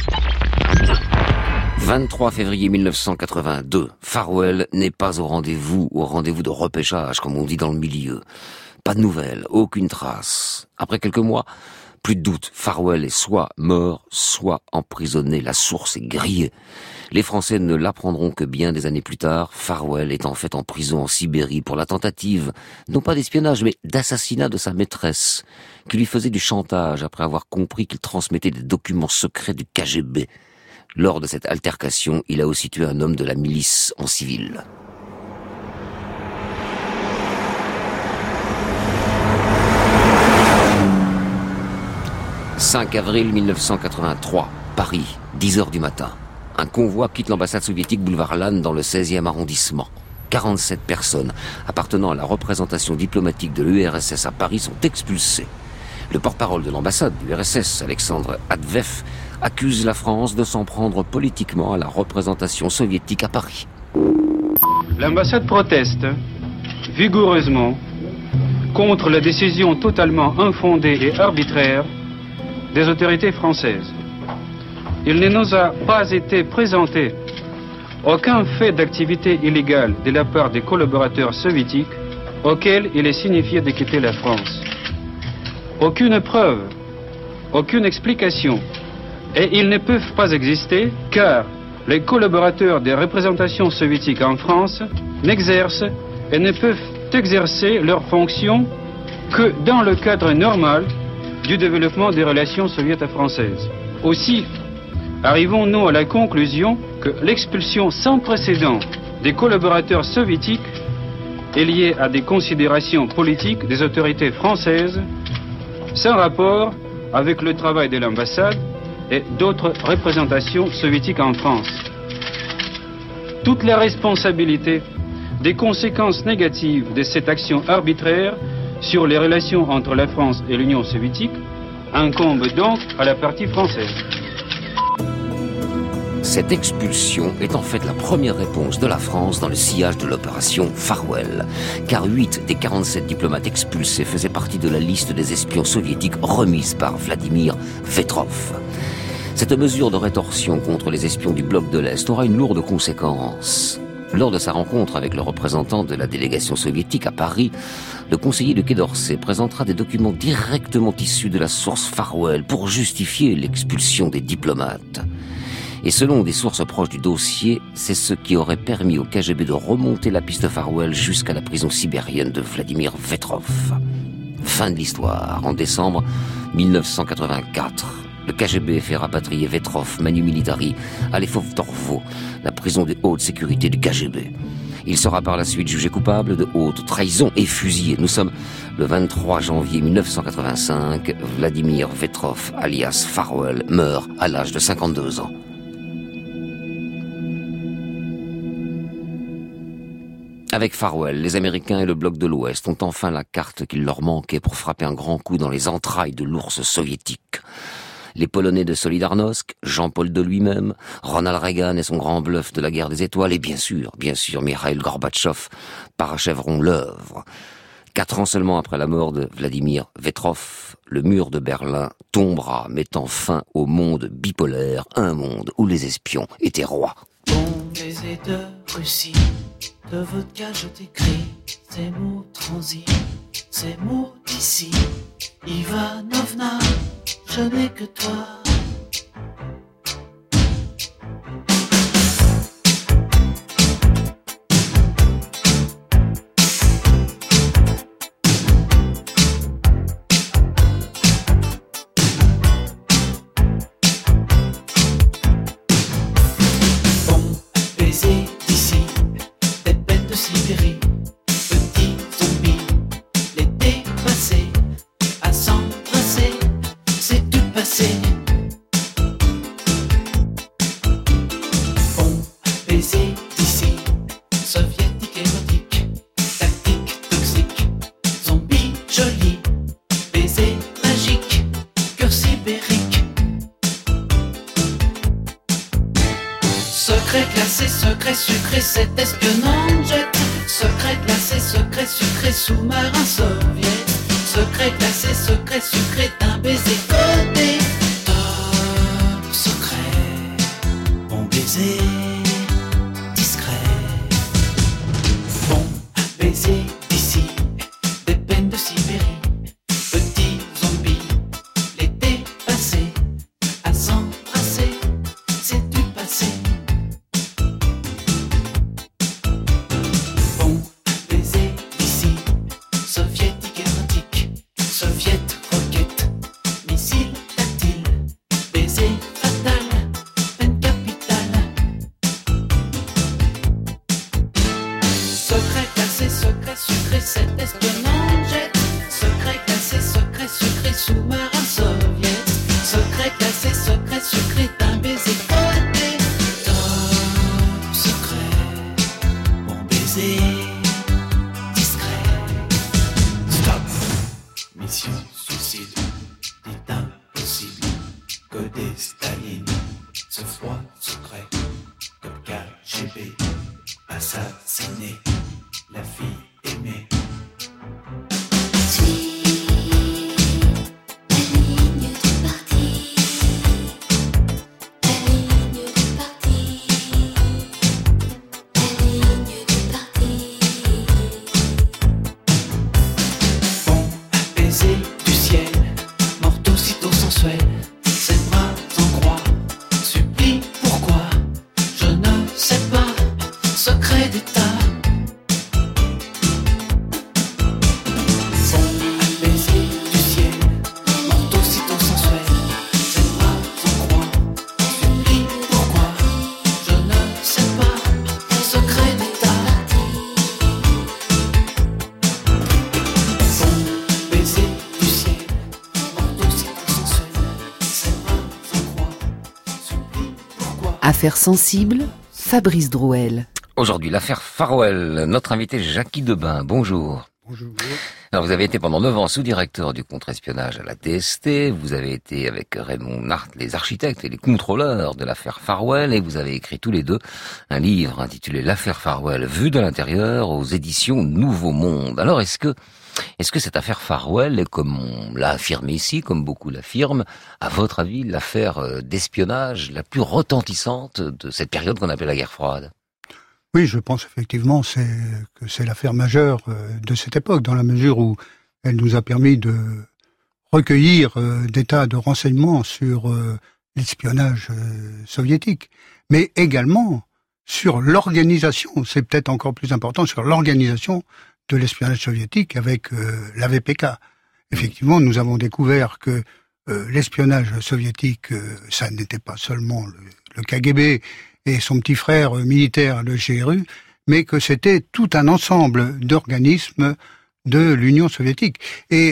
23 février 1982, Farwell n'est pas au rendez-vous de repêchage, comme on dit dans le milieu. Pas de nouvelles, aucune trace. Après quelques mois, plus de doute, Farwell est soit mort, soit emprisonné. La source est grillée. Les Français ne l'apprendront que bien des années plus tard. Farwell est en fait en prison en Sibérie pour la tentative, non pas d'espionnage, mais d'assassinat de sa maîtresse, qui lui faisait du chantage après avoir compris qu'il transmettait des documents secrets du KGB. Lors de cette altercation, il a aussi tué un homme de la milice en civil. « 5 avril 1983, Paris, 10h du matin. Un convoi quitte l'ambassade soviétique boulevard Lannes dans le 16e arrondissement. 47 personnes appartenant à la représentation diplomatique de l'URSS à Paris sont expulsées. Le porte-parole de l'ambassade du RSS, Alexandre Advev, accuse la France de s'en prendre politiquement à la représentation soviétique à Paris. L'ambassade proteste vigoureusement contre la décision totalement infondée et arbitraire des autorités françaises. Il ne nous a pas été présenté aucun fait d'activité illégale de la part des collaborateurs soviétiques auxquels il est signifié de quitter la France. Aucune preuve, aucune explication, et ils ne peuvent pas exister car les collaborateurs des représentations soviétiques en France n'exercent et ne peuvent exercer leurs fonctions que dans le cadre normal du développement des relations soviéto-françaises. Aussi, arrivons-nous à la conclusion que l'expulsion sans précédent des collaborateurs soviétiques est liée à des considérations politiques des autorités françaises sans rapport avec le travail de l'ambassade et d'autres représentations soviétiques en France. Toute la responsabilité des conséquences négatives de cette action arbitraire sur les relations entre la France et l'Union soviétique incombe donc à la partie française. Cette expulsion est en fait la première réponse de la France dans le sillage de l'opération Farwell, car 8 des 47 diplomates expulsés faisaient partie de la liste des espions soviétiques remise par Vladimir Vetrov. Cette mesure de rétorsion contre les espions du bloc de l'Est aura une lourde conséquence. Lors de sa rencontre avec le représentant de la délégation soviétique à Paris, le conseiller du Quai d'Orsay présentera des documents directement issus de la source Farwell pour justifier l'expulsion des diplomates. Et selon des sources proches du dossier, c'est ce qui aurait permis au KGB de remonter la piste Farwell jusqu'à la prison sibérienne de Vladimir Vetrov. Fin de l'histoire. En décembre 1984, le KGB fait rapatrier Vetrov manu militari à Lefov-Torvo, la prison de haute sécurité du KGB. Il sera par la suite jugé coupable de haute trahison et fusillé. Nous sommes le 23 janvier 1985. Vladimir Vetrov, alias Farwell, meurt à l'âge de 52 ans. Avec Farwell, les Américains et le bloc de l'Ouest ont enfin la carte qu'il leur manquait pour frapper un grand coup dans les entrailles de l'ours soviétique. Les Polonais de Solidarnosc, Jean-Paul II lui-même, Ronald Reagan et son grand bluff de la guerre des étoiles, et bien sûr, Mikhaïl Gorbatchev parachèveront l'œuvre. 4 ans seulement après la mort de Vladimir Vetrov, le mur de Berlin tombera, mettant fin au monde bipolaire, un monde où les espions étaient rois. Bon baiser de Russie, de vodka je t'écris, ces mots transis, ces mots d'ici, Ivanovna, je n'ai que toi. Bon baiser d'ici, des bêtes de Sibérie, petits zombies, l'été passé, à s'embrasser, c'est du passé. glacé, secret sucré, c'est espionnant jet. Secret glacé, secret sucré, sous-marin soviet. Secret glacé, secret sucré, d'un baiser codé. Top secret, bon baiser discret. Bon baiser d'ici, des peines de Sibérie. Petit zombie, l'été passé, à s'embrasser, c'est du passé. Bon baiser d'ici, soviétique érotique, soviet roquette, missile tactile, baiser fatal, peine capitale. Secret classé, secret sucré, c'est espionnant jet. Secret classé, secret sucré, sous-marin soviet. Secret classé, secret sucré, d'un baiser codé. Top secret, bon baiser discret. Stop, mission suicide, dit impossible. Codé Staline, ce froid secret. Comme KGB, assassiné, la fille aimée. Baiser du ciel, mort aussitôt sensuel, ses bras en croix, supplie pourquoi, je ne sais pas, secret d'état. Son baiser du ciel, mort aussitôt sensuel, ses bras en croix, supplie pourquoi, je ne sais pas, secret d'état. Baiser du ciel, mort aussitôt sensuel, ses bras en croix, supplie pourquoi. Affaires sensibles, Fabrice Drouel. Aujourd'hui, l'affaire Farwell, notre invité Jackie Debain, bonjour. Bonjour. Alors, vous avez été pendant 9 ans sous-directeur du contre-espionnage à la DST, vous avez été avec Raymond Nart les architectes et les contrôleurs de l'affaire Farwell, et vous avez écrit tous les deux un livre intitulé L'affaire Farwell, vue de l'intérieur, aux éditions Nouveau Monde. Alors, est-ce que cette affaire Farwell est, comme on l'a affirmé ici, comme beaucoup l'affirment, à votre avis, l'affaire d'espionnage la plus retentissante de cette période qu'on appelle la guerre froide? Oui, je pense effectivement que c'est l'affaire majeure de cette époque, dans la mesure où elle nous a permis de recueillir des tas de renseignements sur l'espionnage soviétique, mais également sur l'organisation, c'est peut-être encore plus important, sur l'organisation de l'espionnage soviétique avec la VPK. Effectivement, nous avons découvert que l'espionnage soviétique, ça n'était pas seulement le KGB et son petit frère militaire, le GRU, mais que c'était tout un ensemble d'organismes de l'Union soviétique. Et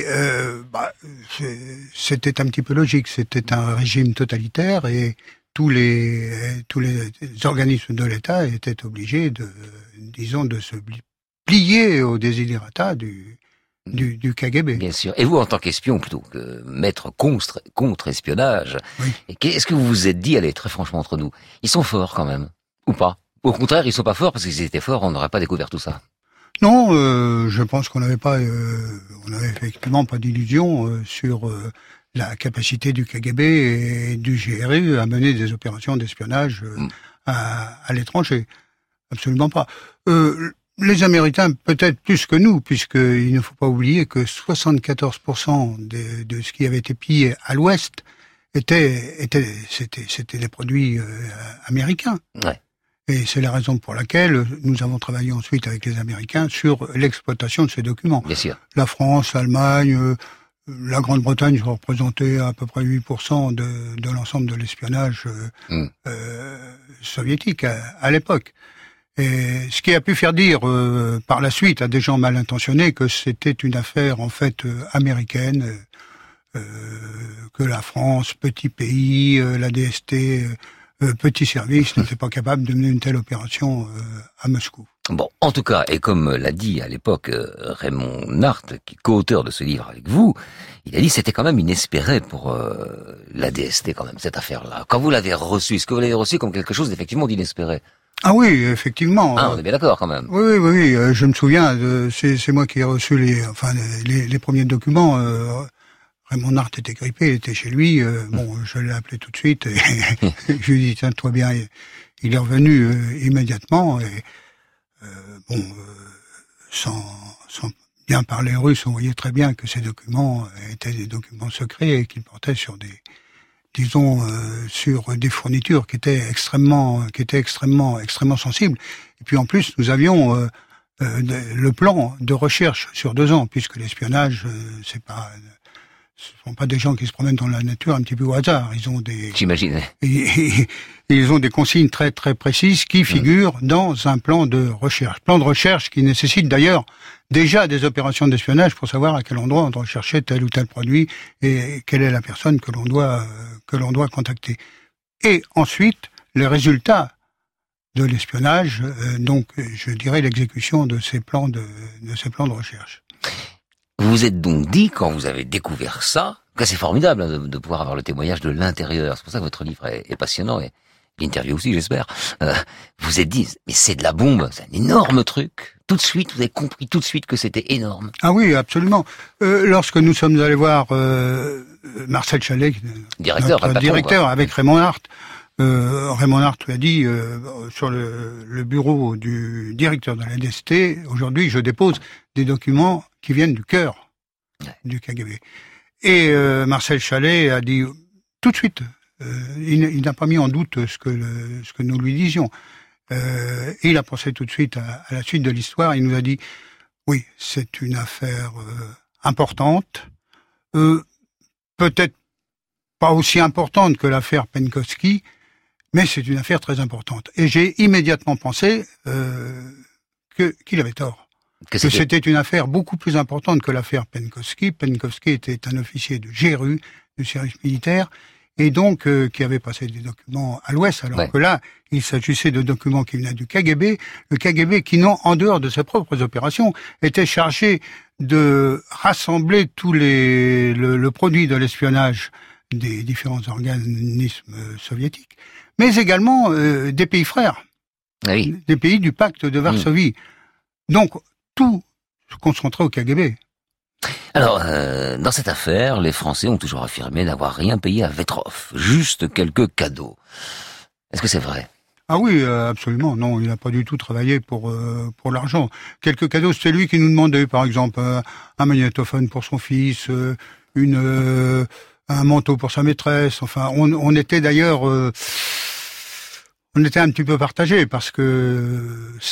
c'était un petit peu logique, c'était un régime totalitaire et tous les organismes de l'État étaient obligés de se plier aux desiderata du KGB. Bien sûr. Et vous, en tant qu'espion, plutôt que maître contre-espionnage, oui. Est-ce que vous vous êtes dit, allez, très franchement entre nous, ils sont forts quand même, ou pas? Au contraire, ils sont pas forts, parce que s'ils étaient forts, on n'aurait pas découvert tout ça. Non, je pense qu'on n'avait pas, on n'avait effectivement pas d'illusion sur la capacité du KGB et du GRU à mener des opérations d'espionnage à l'étranger. Absolument pas. Les Américains, peut-être plus que nous, puisqu'il ne faut pas oublier que 74% de ce qui avait été pillé à l'Ouest c'était des produits américains. Ouais. Et c'est la raison pour laquelle nous avons travaillé ensuite avec les Américains sur l'exploitation de ces documents. Bien sûr. La France, l'Allemagne, la Grande-Bretagne représentait à peu près 8% de l'ensemble de l'espionnage soviétique à l'époque. Et ce qui a pu faire dire par la suite à des gens mal intentionnés que c'était une affaire en fait américaine, que la France, petit pays, la DST, petit service, n'était pas capable de mener une telle opération à Moscou. Bon, en tout cas, et comme l'a dit à l'époque Raymond Nart, qui est co-auteur de ce livre avec vous, il a dit que c'était quand même inespéré pour la DST quand même, cette affaire-là. Quand vous l'avez reçu, est-ce que vous l'avez reçu comme quelque chose d'effectivement d'inespéré? Ah oui, effectivement. Ah, on est bien d'accord quand même. Oui, je me souviens, c'est moi qui ai reçu les premiers documents. Raymond Hart était grippé, il était chez lui. Bon, je l'ai appelé tout de suite et je lui ai dit, tiens-toi bien. Il est revenu immédiatement et sans bien parler russe, on voyait très bien que ces documents étaient des documents secrets et qu'ils portaient sur sur des fournitures qui étaient extrêmement sensibles. Et puis en plus, nous avions le plan de recherche sur 2 ans, puisque l'espionnage, ce sont pas des gens qui se promènent dans la nature un petit peu au hasard. Ils ont J'imagine. Ils ont des consignes très très précises qui figurent dans un plan de recherche. Plan de recherche qui nécessite d'ailleurs déjà des opérations d'espionnage pour savoir à quel endroit on doit chercher tel ou tel produit et quelle est la personne que l'on doit contacter. Et ensuite, les résultats de l'espionnage, donc je dirais l'exécution de ces plans de recherche. Vous vous êtes donc dit, quand vous avez découvert ça, que c'est formidable de pouvoir avoir le témoignage de l'intérieur. C'est pour ça que votre livre est passionnant, et l'interview aussi, j'espère. Vous vous êtes dit, mais c'est de la bombe, c'est un énorme truc. Tout de suite, vous avez compris tout de suite que c'était énorme. Ah oui, absolument. Lorsque nous sommes allés voir Marcel Chalais, directeur avec Raymond Hart, Raymond Hart lui a dit, sur le bureau du directeur de la DST, aujourd'hui, je dépose des documents qui viennent du cœur du KGB. Et Marcel Chalais a dit tout de suite, il n'a pas mis en doute ce que nous lui disions. Et il a pensé tout de suite à la suite de l'histoire. Il nous a dit, oui, c'est une affaire importante, peut-être pas aussi importante que l'affaire Penkovsky, mais c'est une affaire très importante. Et j'ai immédiatement pensé qu'il avait tort. Que c'était une affaire beaucoup plus importante que l'affaire Penkovsky. Penkovsky était un officier de GRU, du service militaire, et donc qui avait passé des documents à l'Ouest, alors que là, il s'agissait de documents qui venaient du KGB, le KGB qui, en dehors de ses propres opérations, était chargé de rassembler le produit de l'espionnage des différents organismes soviétiques, mais également des pays frères, des pays du pacte de Varsovie. Donc, tout se concentrait au KGB. Alors, dans cette affaire, les Français ont toujours affirmé n'avoir rien payé à Vetrov, juste quelques cadeaux. Est-ce que c'est vrai? Ah oui, absolument. Non, il n'a pas du tout travaillé pour l'argent. Quelques cadeaux, c'était lui qui nous demandait, par exemple, un magnétophone pour son fils, un manteau pour sa maîtresse. Enfin, on était d'ailleurs... on était un petit peu partagés parce que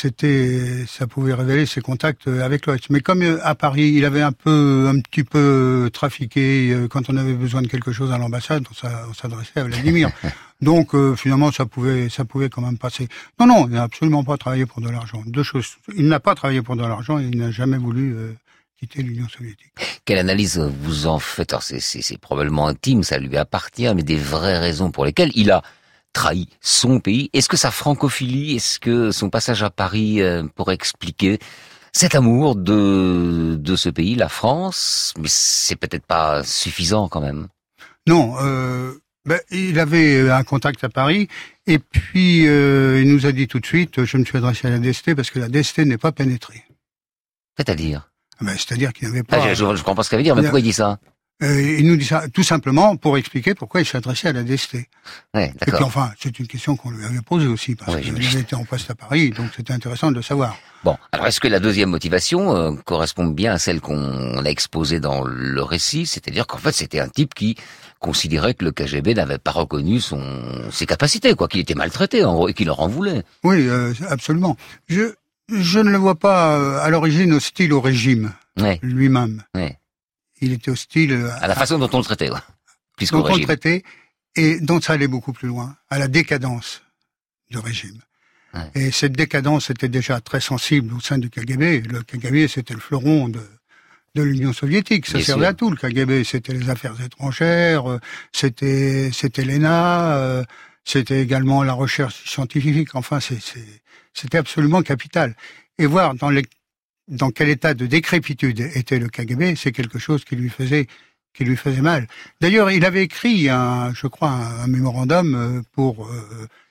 ça pouvait révéler ses contacts avec l'Ouest. Mais comme à Paris, il avait un petit peu trafiqué, quand on avait besoin de quelque chose à l'ambassade, on s'adressait à Vladimir. Donc finalement, ça pouvait quand même passer. Non, il n'a absolument pas travaillé pour de l'argent. 2 choses. Il n'a pas travaillé pour de l'argent et il n'a jamais voulu quitter l'Union soviétique. Quelle analyse vous en faites? Alors c'est probablement intime, ça lui appartient, mais des vraies raisons pour lesquelles il a trahi son pays. Est-ce que sa francophilie, est-ce que son passage à Paris pourrait expliquer cet amour de ce pays, la France? Mais c'est peut-être pas suffisant quand même. Non, il avait un contact à Paris et puis il nous a dit tout de suite, je me suis adressé à la DST parce que la DST n'est pas pénétrée. C'est-à-dire? C'est-à-dire qu'il n'avait pas... je comprends pas ce qu'il veut dire, mais pourquoi il dit ça? Il nous dit ça tout simplement pour expliquer pourquoi il s'est adressé à la DST. Ouais, d'accord. Et puis enfin, c'est une question qu'on lui avait posée aussi, parce qu'il avait été en poste à Paris, donc c'était intéressant de le savoir. Bon, alors est-ce que la deuxième motivation correspond bien à celle qu'on a exposée dans le récit, c'est-à-dire qu'en fait c'était un type qui considérait que le KGB n'avait pas reconnu ses capacités, qu'il était maltraité en gros, et qu'il leur en voulait. Oui, absolument. Je ne le vois pas à l'origine hostile au régime lui-même. Ouais. Il était hostile à la façon dont on le traitait, dont on le traitait, et dont ça allait beaucoup plus loin, à la décadence du régime. Ouais. Et cette décadence était déjà très sensible au sein du KGB. Le KGB, c'était le fleuron de l'Union soviétique. Ça servait à tout, le KGB. C'était les affaires étrangères, c'était l'ENA, c'était également la recherche scientifique. Enfin, c'était absolument capital. Et voir dans quel état de décrépitude était le KGB, c'est quelque chose qui lui faisait mal. D'ailleurs, il avait écrit, je crois, un mémorandum pour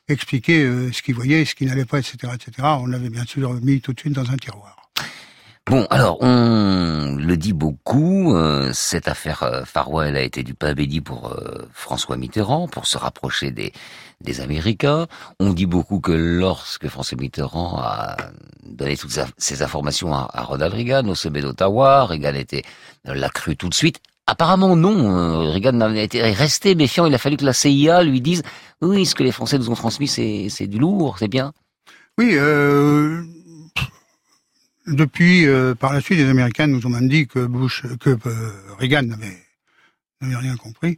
expliquer ce qu'il voyait, ce qui n'allait pas, etc., etc. On l'avait bien sûr mis tout de suite dans un tiroir. Bon, alors, on le dit beaucoup, cette affaire Farwell a été du pain béni pour François Mitterrand, pour se rapprocher des Américains. On dit beaucoup que lorsque François Mitterrand a donné toutes ces informations à Ronald Reagan au sommet d'Ottawa, Reagan l'a cru tout de suite. Apparemment non, Reagan était resté méfiant, il a fallu que la CIA lui dise « Oui, ce que les Français nous ont transmis, c'est du lourd, c'est bien ». Oui, depuis, par la suite, les Américains nous ont même dit que Reagan n'avait rien compris.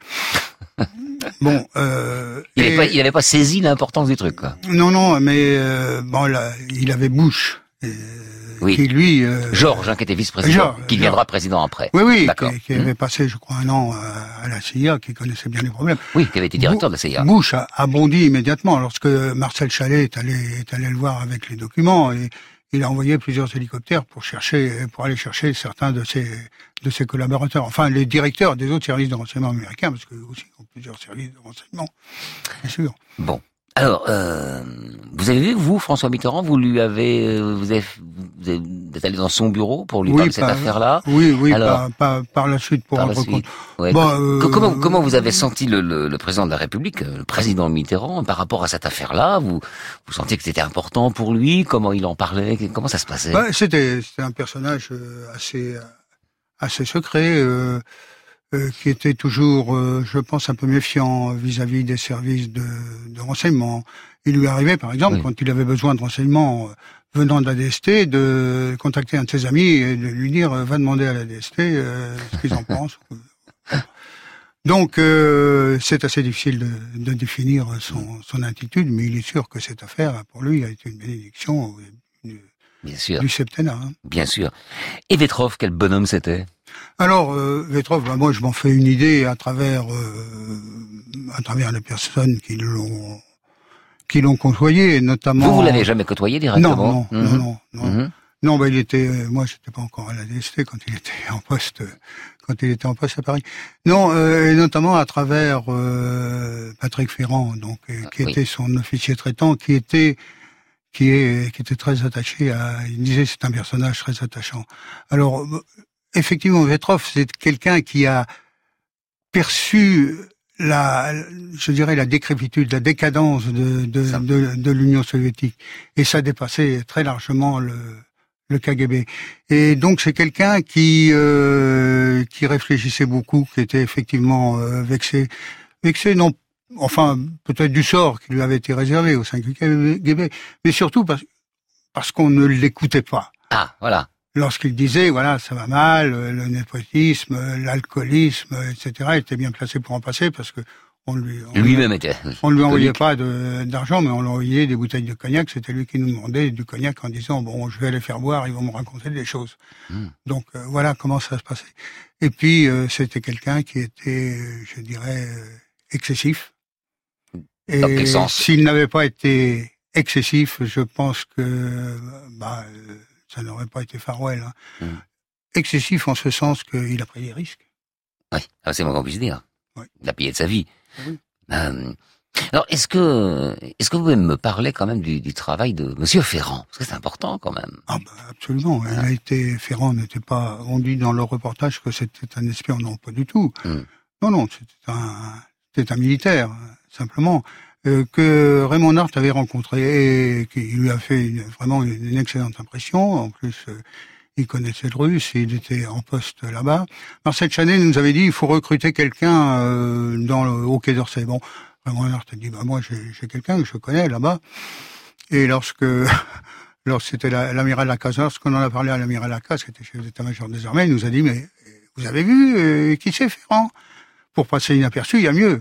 Bon, il avait pas saisi l'importance du truc, quoi. Non, mais là, il avait Bush, oui. Qui lui, George, qui était vice-président, qui deviendra président après. Oui, qui avait passé, je crois, un an à la CIA, qui connaissait bien les problèmes. Oui, qui avait été directeur de la CIA. Bush a bondi immédiatement lorsque Marcel Chalet est allé le voir avec les documents et il a envoyé plusieurs hélicoptères pour aller chercher certains de ses collaborateurs. Enfin, les directeurs des autres services de renseignement américains, parce que aussi ils ont plusieurs services de renseignement, bien sûr. Bon. Alors, vous avez vu, vous, François Mitterrand, vous êtes allé dans son bureau pour lui parler de cette affaire-là? Oui, alors, par la suite, pour rendre compte. Ouais. Comment vous avez senti le président de la République, le président Mitterrand, par rapport à cette affaire-là? Vous sentiez que c'était important pour lui? Comment il en parlait? Comment ça se passait? C'était un personnage assez secret, qui était toujours, je pense, un peu méfiant vis-à-vis des services de renseignement. Il lui arrivait, par exemple, quand il avait besoin de renseignements venant de la DST, de contacter un de ses amis et de lui dire va demander à la DST ce qu'ils en pensent. Donc, c'est assez difficile de définir son attitude, mais il est sûr que cette affaire, pour lui, a été une bénédiction du septennat. Hein. Bien sûr. Et Vetrov, quel bonhomme c'était? Alors, Vetrov, moi, je m'en fais une idée à travers les personnes qui l'ont côtoyé, notamment. Vous l'avez jamais côtoyé directement? Non. Non, moi, j'étais pas encore à la DST quand il était en poste à Paris. Non, et notamment à travers Patrick Ferrand, donc, qui était son officier traitant, qui était très attaché il disait c'est un personnage très attachant. Alors, effectivement, Vetrov, c'est quelqu'un qui a perçu la décrépitude, la décadence de l'Union soviétique. Et ça dépassait très largement le KGB. Et donc, c'est quelqu'un qui réfléchissait beaucoup, qui était effectivement vexé, non, enfin, peut-être du sort qui lui avait été réservé au sein du KGB, mais surtout parce qu'on ne l'écoutait pas. Ah, voilà. Lorsqu'il disait, voilà, ça va mal, le népotisme, l'alcoolisme, etc., il était bien placé pour en passer parce que on lui envoyait pas d'argent, mais on lui envoyait des bouteilles de cognac. C'était lui qui nous demandait du cognac en disant, bon, je vais les faire boire, ils vont me raconter des choses. Donc, voilà comment ça se passait. Et puis, c'était quelqu'un qui était, je dirais, excessif. Et s'il n'avait pas été excessif, je pense que, ça n'aurait pas été Farwell. Hein. Excessif en ce sens qu'il a pris des risques. Oui, c'est moins qu'on puisse dire. Oui. Il a payé de sa vie. Oui. Alors, est-ce que vous pouvez me parler quand même du travail de Monsieur Ferrand? Parce que c'est important quand même. Ah absolument. Ferrand n'était pas, on dit dans le reportage que c'était un espion. Non, pas du tout. Non, c'était un militaire, simplement. Que Raymond Hart avait rencontré et qui lui a fait vraiment une excellente impression. En plus, il connaissait le russe, il était en poste là-bas. Marcel Chanet nous avait dit il faut recruter quelqu'un au Quai d'Orsay. Bon, Raymond Hart a dit moi j'ai quelqu'un que je connais là-bas. Et lorsque c'était l'amiral Lacaze, lorsqu'on en a parlé à l'amiral Lacaze, qui était chef d'état-major des armées, il nous a dit mais vous avez vu qui c'est Ferrand? Pour passer inaperçu, il y a mieux.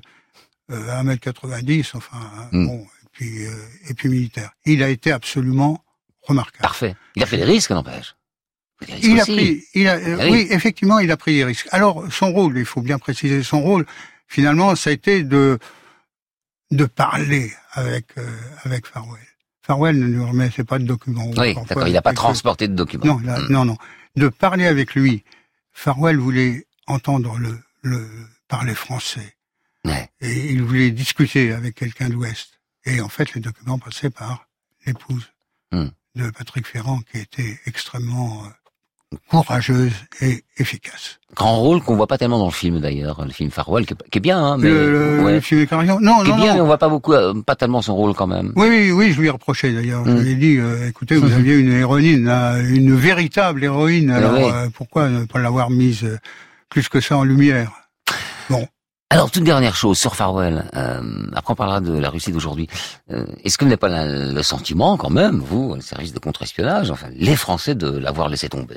1m90, enfin, bon, et puis militaire. Il a été absolument remarquable. Parfait. Il a pris des risques, n'empêche. Oui, effectivement, il a pris des risques. Alors, son rôle, il faut bien préciser son rôle, finalement, ça a été de parler avec Farwell. Farwell ne lui remettait pas de documents. Oui, d'accord, il n'a pas transporté de documents. Non. De parler avec lui. Farwell voulait entendre le parler français. Ouais. Et il voulait discuter avec quelqu'un de l'Ouest. Et en fait, les documents passaient par l'épouse de Patrick Ferrand, qui était extrêmement courageuse et efficace. Grand rôle qu'on voit pas tellement dans le film d'ailleurs, le film Farewell, qui est bien, hein, mais le film des Carillons, non, mais on voit pas tellement son rôle quand même. Oui, je lui ai reproché d'ailleurs. Je lui ai dit, écoutez, vous aviez une héroïne, une véritable héroïne, alors pourquoi ne pas l'avoir mise plus que ça en lumière? Bon. Alors, toute dernière chose sur Farewell, après on parlera de la Russie d'aujourd'hui. Est-ce que vous n'avez pas le sentiment quand même, vous, le service de contre-espionnage, enfin les Français, de l'avoir laissé tomber?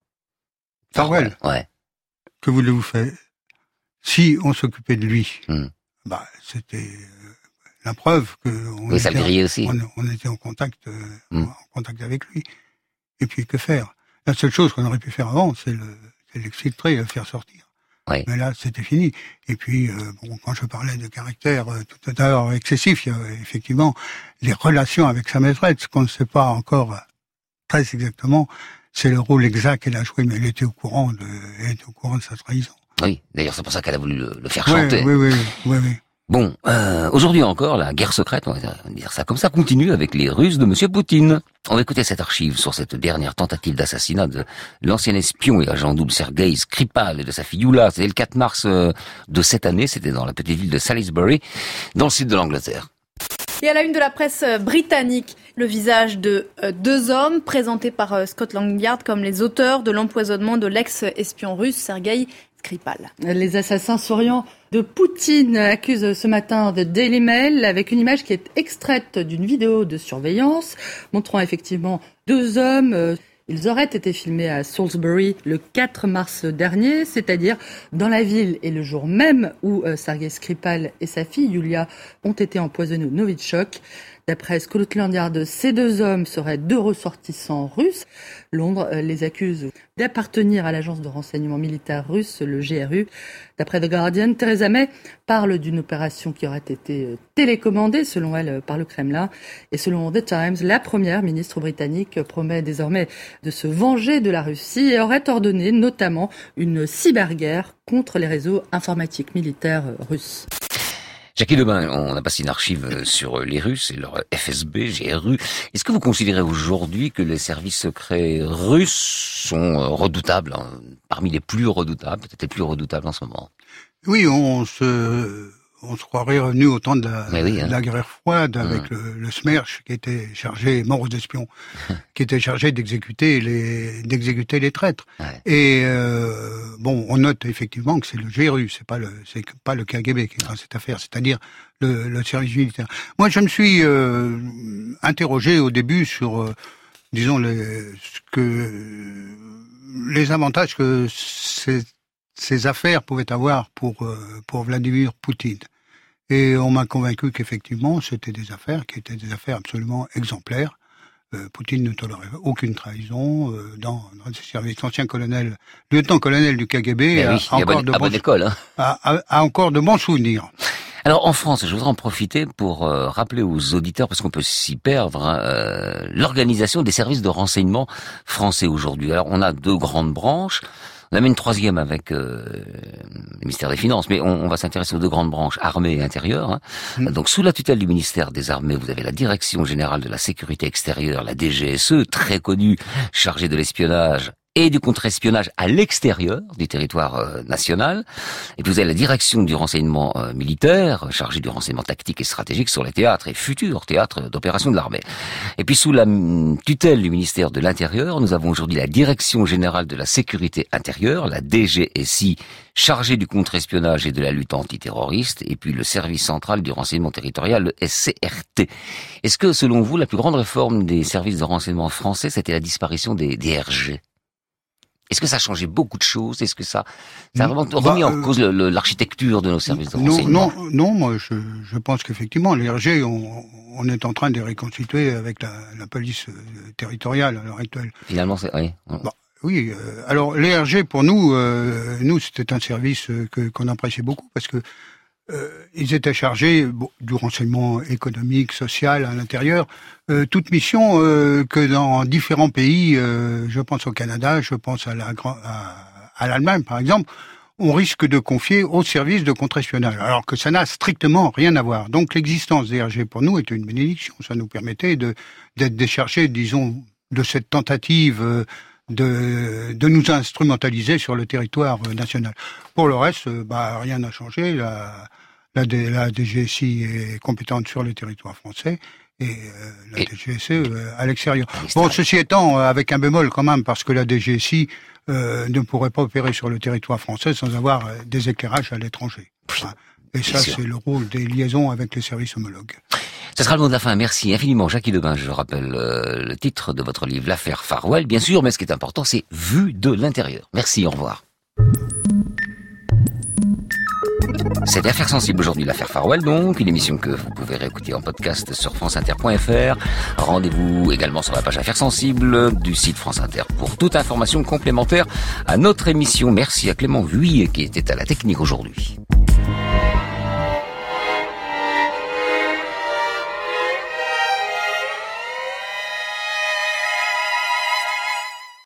Farewell. Ouais. Que voulez-vous faire? Si on s'occupait de lui, c'était la preuve que ça le grillait aussi. On était en contact avec lui. Et puis que faire? La seule chose qu'on aurait pu faire avant, c'est l'exfiltrer, le faire sortir. Oui. Mais là, c'était fini. Et puis, quand je parlais de caractère tout à l'heure excessif, il y a effectivement les relations avec sa maîtresse, ce qu'on ne sait pas encore très exactement. C'est le rôle exact qu'elle a joué, mais elle était au courant de sa trahison. Oui, d'ailleurs, c'est pour ça qu'elle a voulu le faire chanter. Oui. Bon, aujourd'hui encore, la guerre secrète, on va dire ça comme ça, continue avec les Russes de Monsieur Poutine. On va écouter cette archive sur cette dernière tentative d'assassinat de l'ancien espion et agent double Sergei Skripal et de sa fille Yulia. C'était le 4 mars de cette année, c'était dans la petite ville de Salisbury, dans le sud de l'Angleterre. Et à la une de la presse britannique, le visage de deux hommes présentés par Scotland Yard comme les auteurs de l'empoisonnement de l'ex-espion russe Sergei Skripal. Les assassins souriants de Poutine accusent ce matin de Daily Mail avec une image qui est extraite d'une vidéo de surveillance montrant effectivement deux hommes. Ils auraient été filmés à Salisbury le 4 mars dernier, c'est-à-dire dans la ville et le jour même où Sergei Skripal et sa fille Yulia ont été empoisonnés au Novichok. D'après Scotland Yard, ces deux hommes seraient deux ressortissants russes. Londres les accuse d'appartenir à l'agence de renseignement militaire russe, le GRU. D'après The Guardian, Theresa May parle d'une opération qui aurait été télécommandée, selon elle, par le Kremlin. Et selon The Times, la première ministre britannique promet désormais de se venger de la Russie et aurait ordonné notamment une cyberguerre contre les réseaux informatiques militaires russes. Jackie Lebain, on a passé une archive sur les Russes et leur FSB, GRU. Est-ce que vous considérez aujourd'hui que les services secrets russes sont redoutables, parmi les plus redoutables, peut-être les plus redoutables en ce moment? Oui, on se croirait revenu au temps de la guerre froide avec le SMERSH qui était chargé, mort aux espions, qui était chargé d'exécuter les traîtres. Ouais. Et on note effectivement que c'est le GRU, c'est pas le KGB qui est dans cette affaire, c'est-à-dire le service militaire. Moi, je me suis interrogé au début sur, disons, les avantages que ces affaires pouvaient avoir pour Vladimir Poutine. Et on m'a convaincu qu'effectivement, c'était des affaires qui étaient des affaires absolument exemplaires. Poutine ne tolérait aucune trahison dans ses services. L'ancien lieutenant-colonel du KGB a encore de bons souvenirs. Alors en France, je voudrais en profiter pour rappeler aux auditeurs, parce qu'on peut s'y perdre, l'organisation des services de renseignement français aujourd'hui. Alors on a deux grandes branches. On a même une troisième avec le ministère des Finances, mais on va s'intéresser aux deux grandes branches, armée et intérieure. Donc sous la tutelle du ministère des Armées, vous avez la Direction Générale de la Sécurité Extérieure, la DGSE, très connue, chargée de l'espionnage et du contre-espionnage à l'extérieur du territoire national. Et puis vous avez la direction du renseignement militaire, chargée du renseignement tactique et stratégique sur les théâtres et futurs théâtres d'opération de l'armée. Et puis sous la tutelle du ministère de l'Intérieur, nous avons aujourd'hui la direction générale de la sécurité intérieure, la DGSI, chargée du contre-espionnage et de la lutte antiterroriste, et puis le service central du renseignement territorial, le SCRT. Est-ce que, selon vous, la plus grande réforme des services de renseignement français, c'était la disparition des DRG ? Est-ce que ça a changé beaucoup de choses? Est-ce que ça a vraiment remis en cause l'architecture de nos services de renseignement? Non, moi je pense qu'effectivement, les RG, on est en train de les reconstituer avec la police territoriale à l'heure actuelle. Finalement, c'est... Oui. Oui, alors les RG, pour nous, c'était un service qu'on appréciait beaucoup parce que ils étaient chargés du renseignement économique, social à l'intérieur, toute mission que dans différents pays, je pense au Canada, je pense à l'Allemagne par exemple, on risque de confier au service de contre-espionnage, alors que ça n'a strictement rien à voir. Donc l'existence des RG pour nous était une bénédiction. Ça nous permettait d'être déchargés, disons, de cette tentative de nous instrumentaliser sur le territoire national. Pour le reste, rien n'a changé. La DGSI est compétente sur le territoire français et la DGSE à l'extérieur. Bon, ceci étant, avec un bémol quand même, parce que la DGSI ne pourrait pas opérer sur le territoire français sans avoir des éclairages à l'étranger. Et ça, c'est le rôle des liaisons avec les services homologues. Ce sera le mot de la fin. Merci infiniment, Jackie Debain. Je rappelle le titre de votre livre, L'affaire Farwell, bien sûr, mais ce qui est important, c'est Vue de l'intérieur. Merci, au revoir. C'était Affaires sensibles aujourd'hui, l'affaire Farwell, donc, une émission que vous pouvez réécouter en podcast sur franceinter.fr. Rendez-vous également sur la page Affaires sensibles du site France Inter pour toute information complémentaire à notre émission. Merci à Clément Vuillet qui était à la technique aujourd'hui.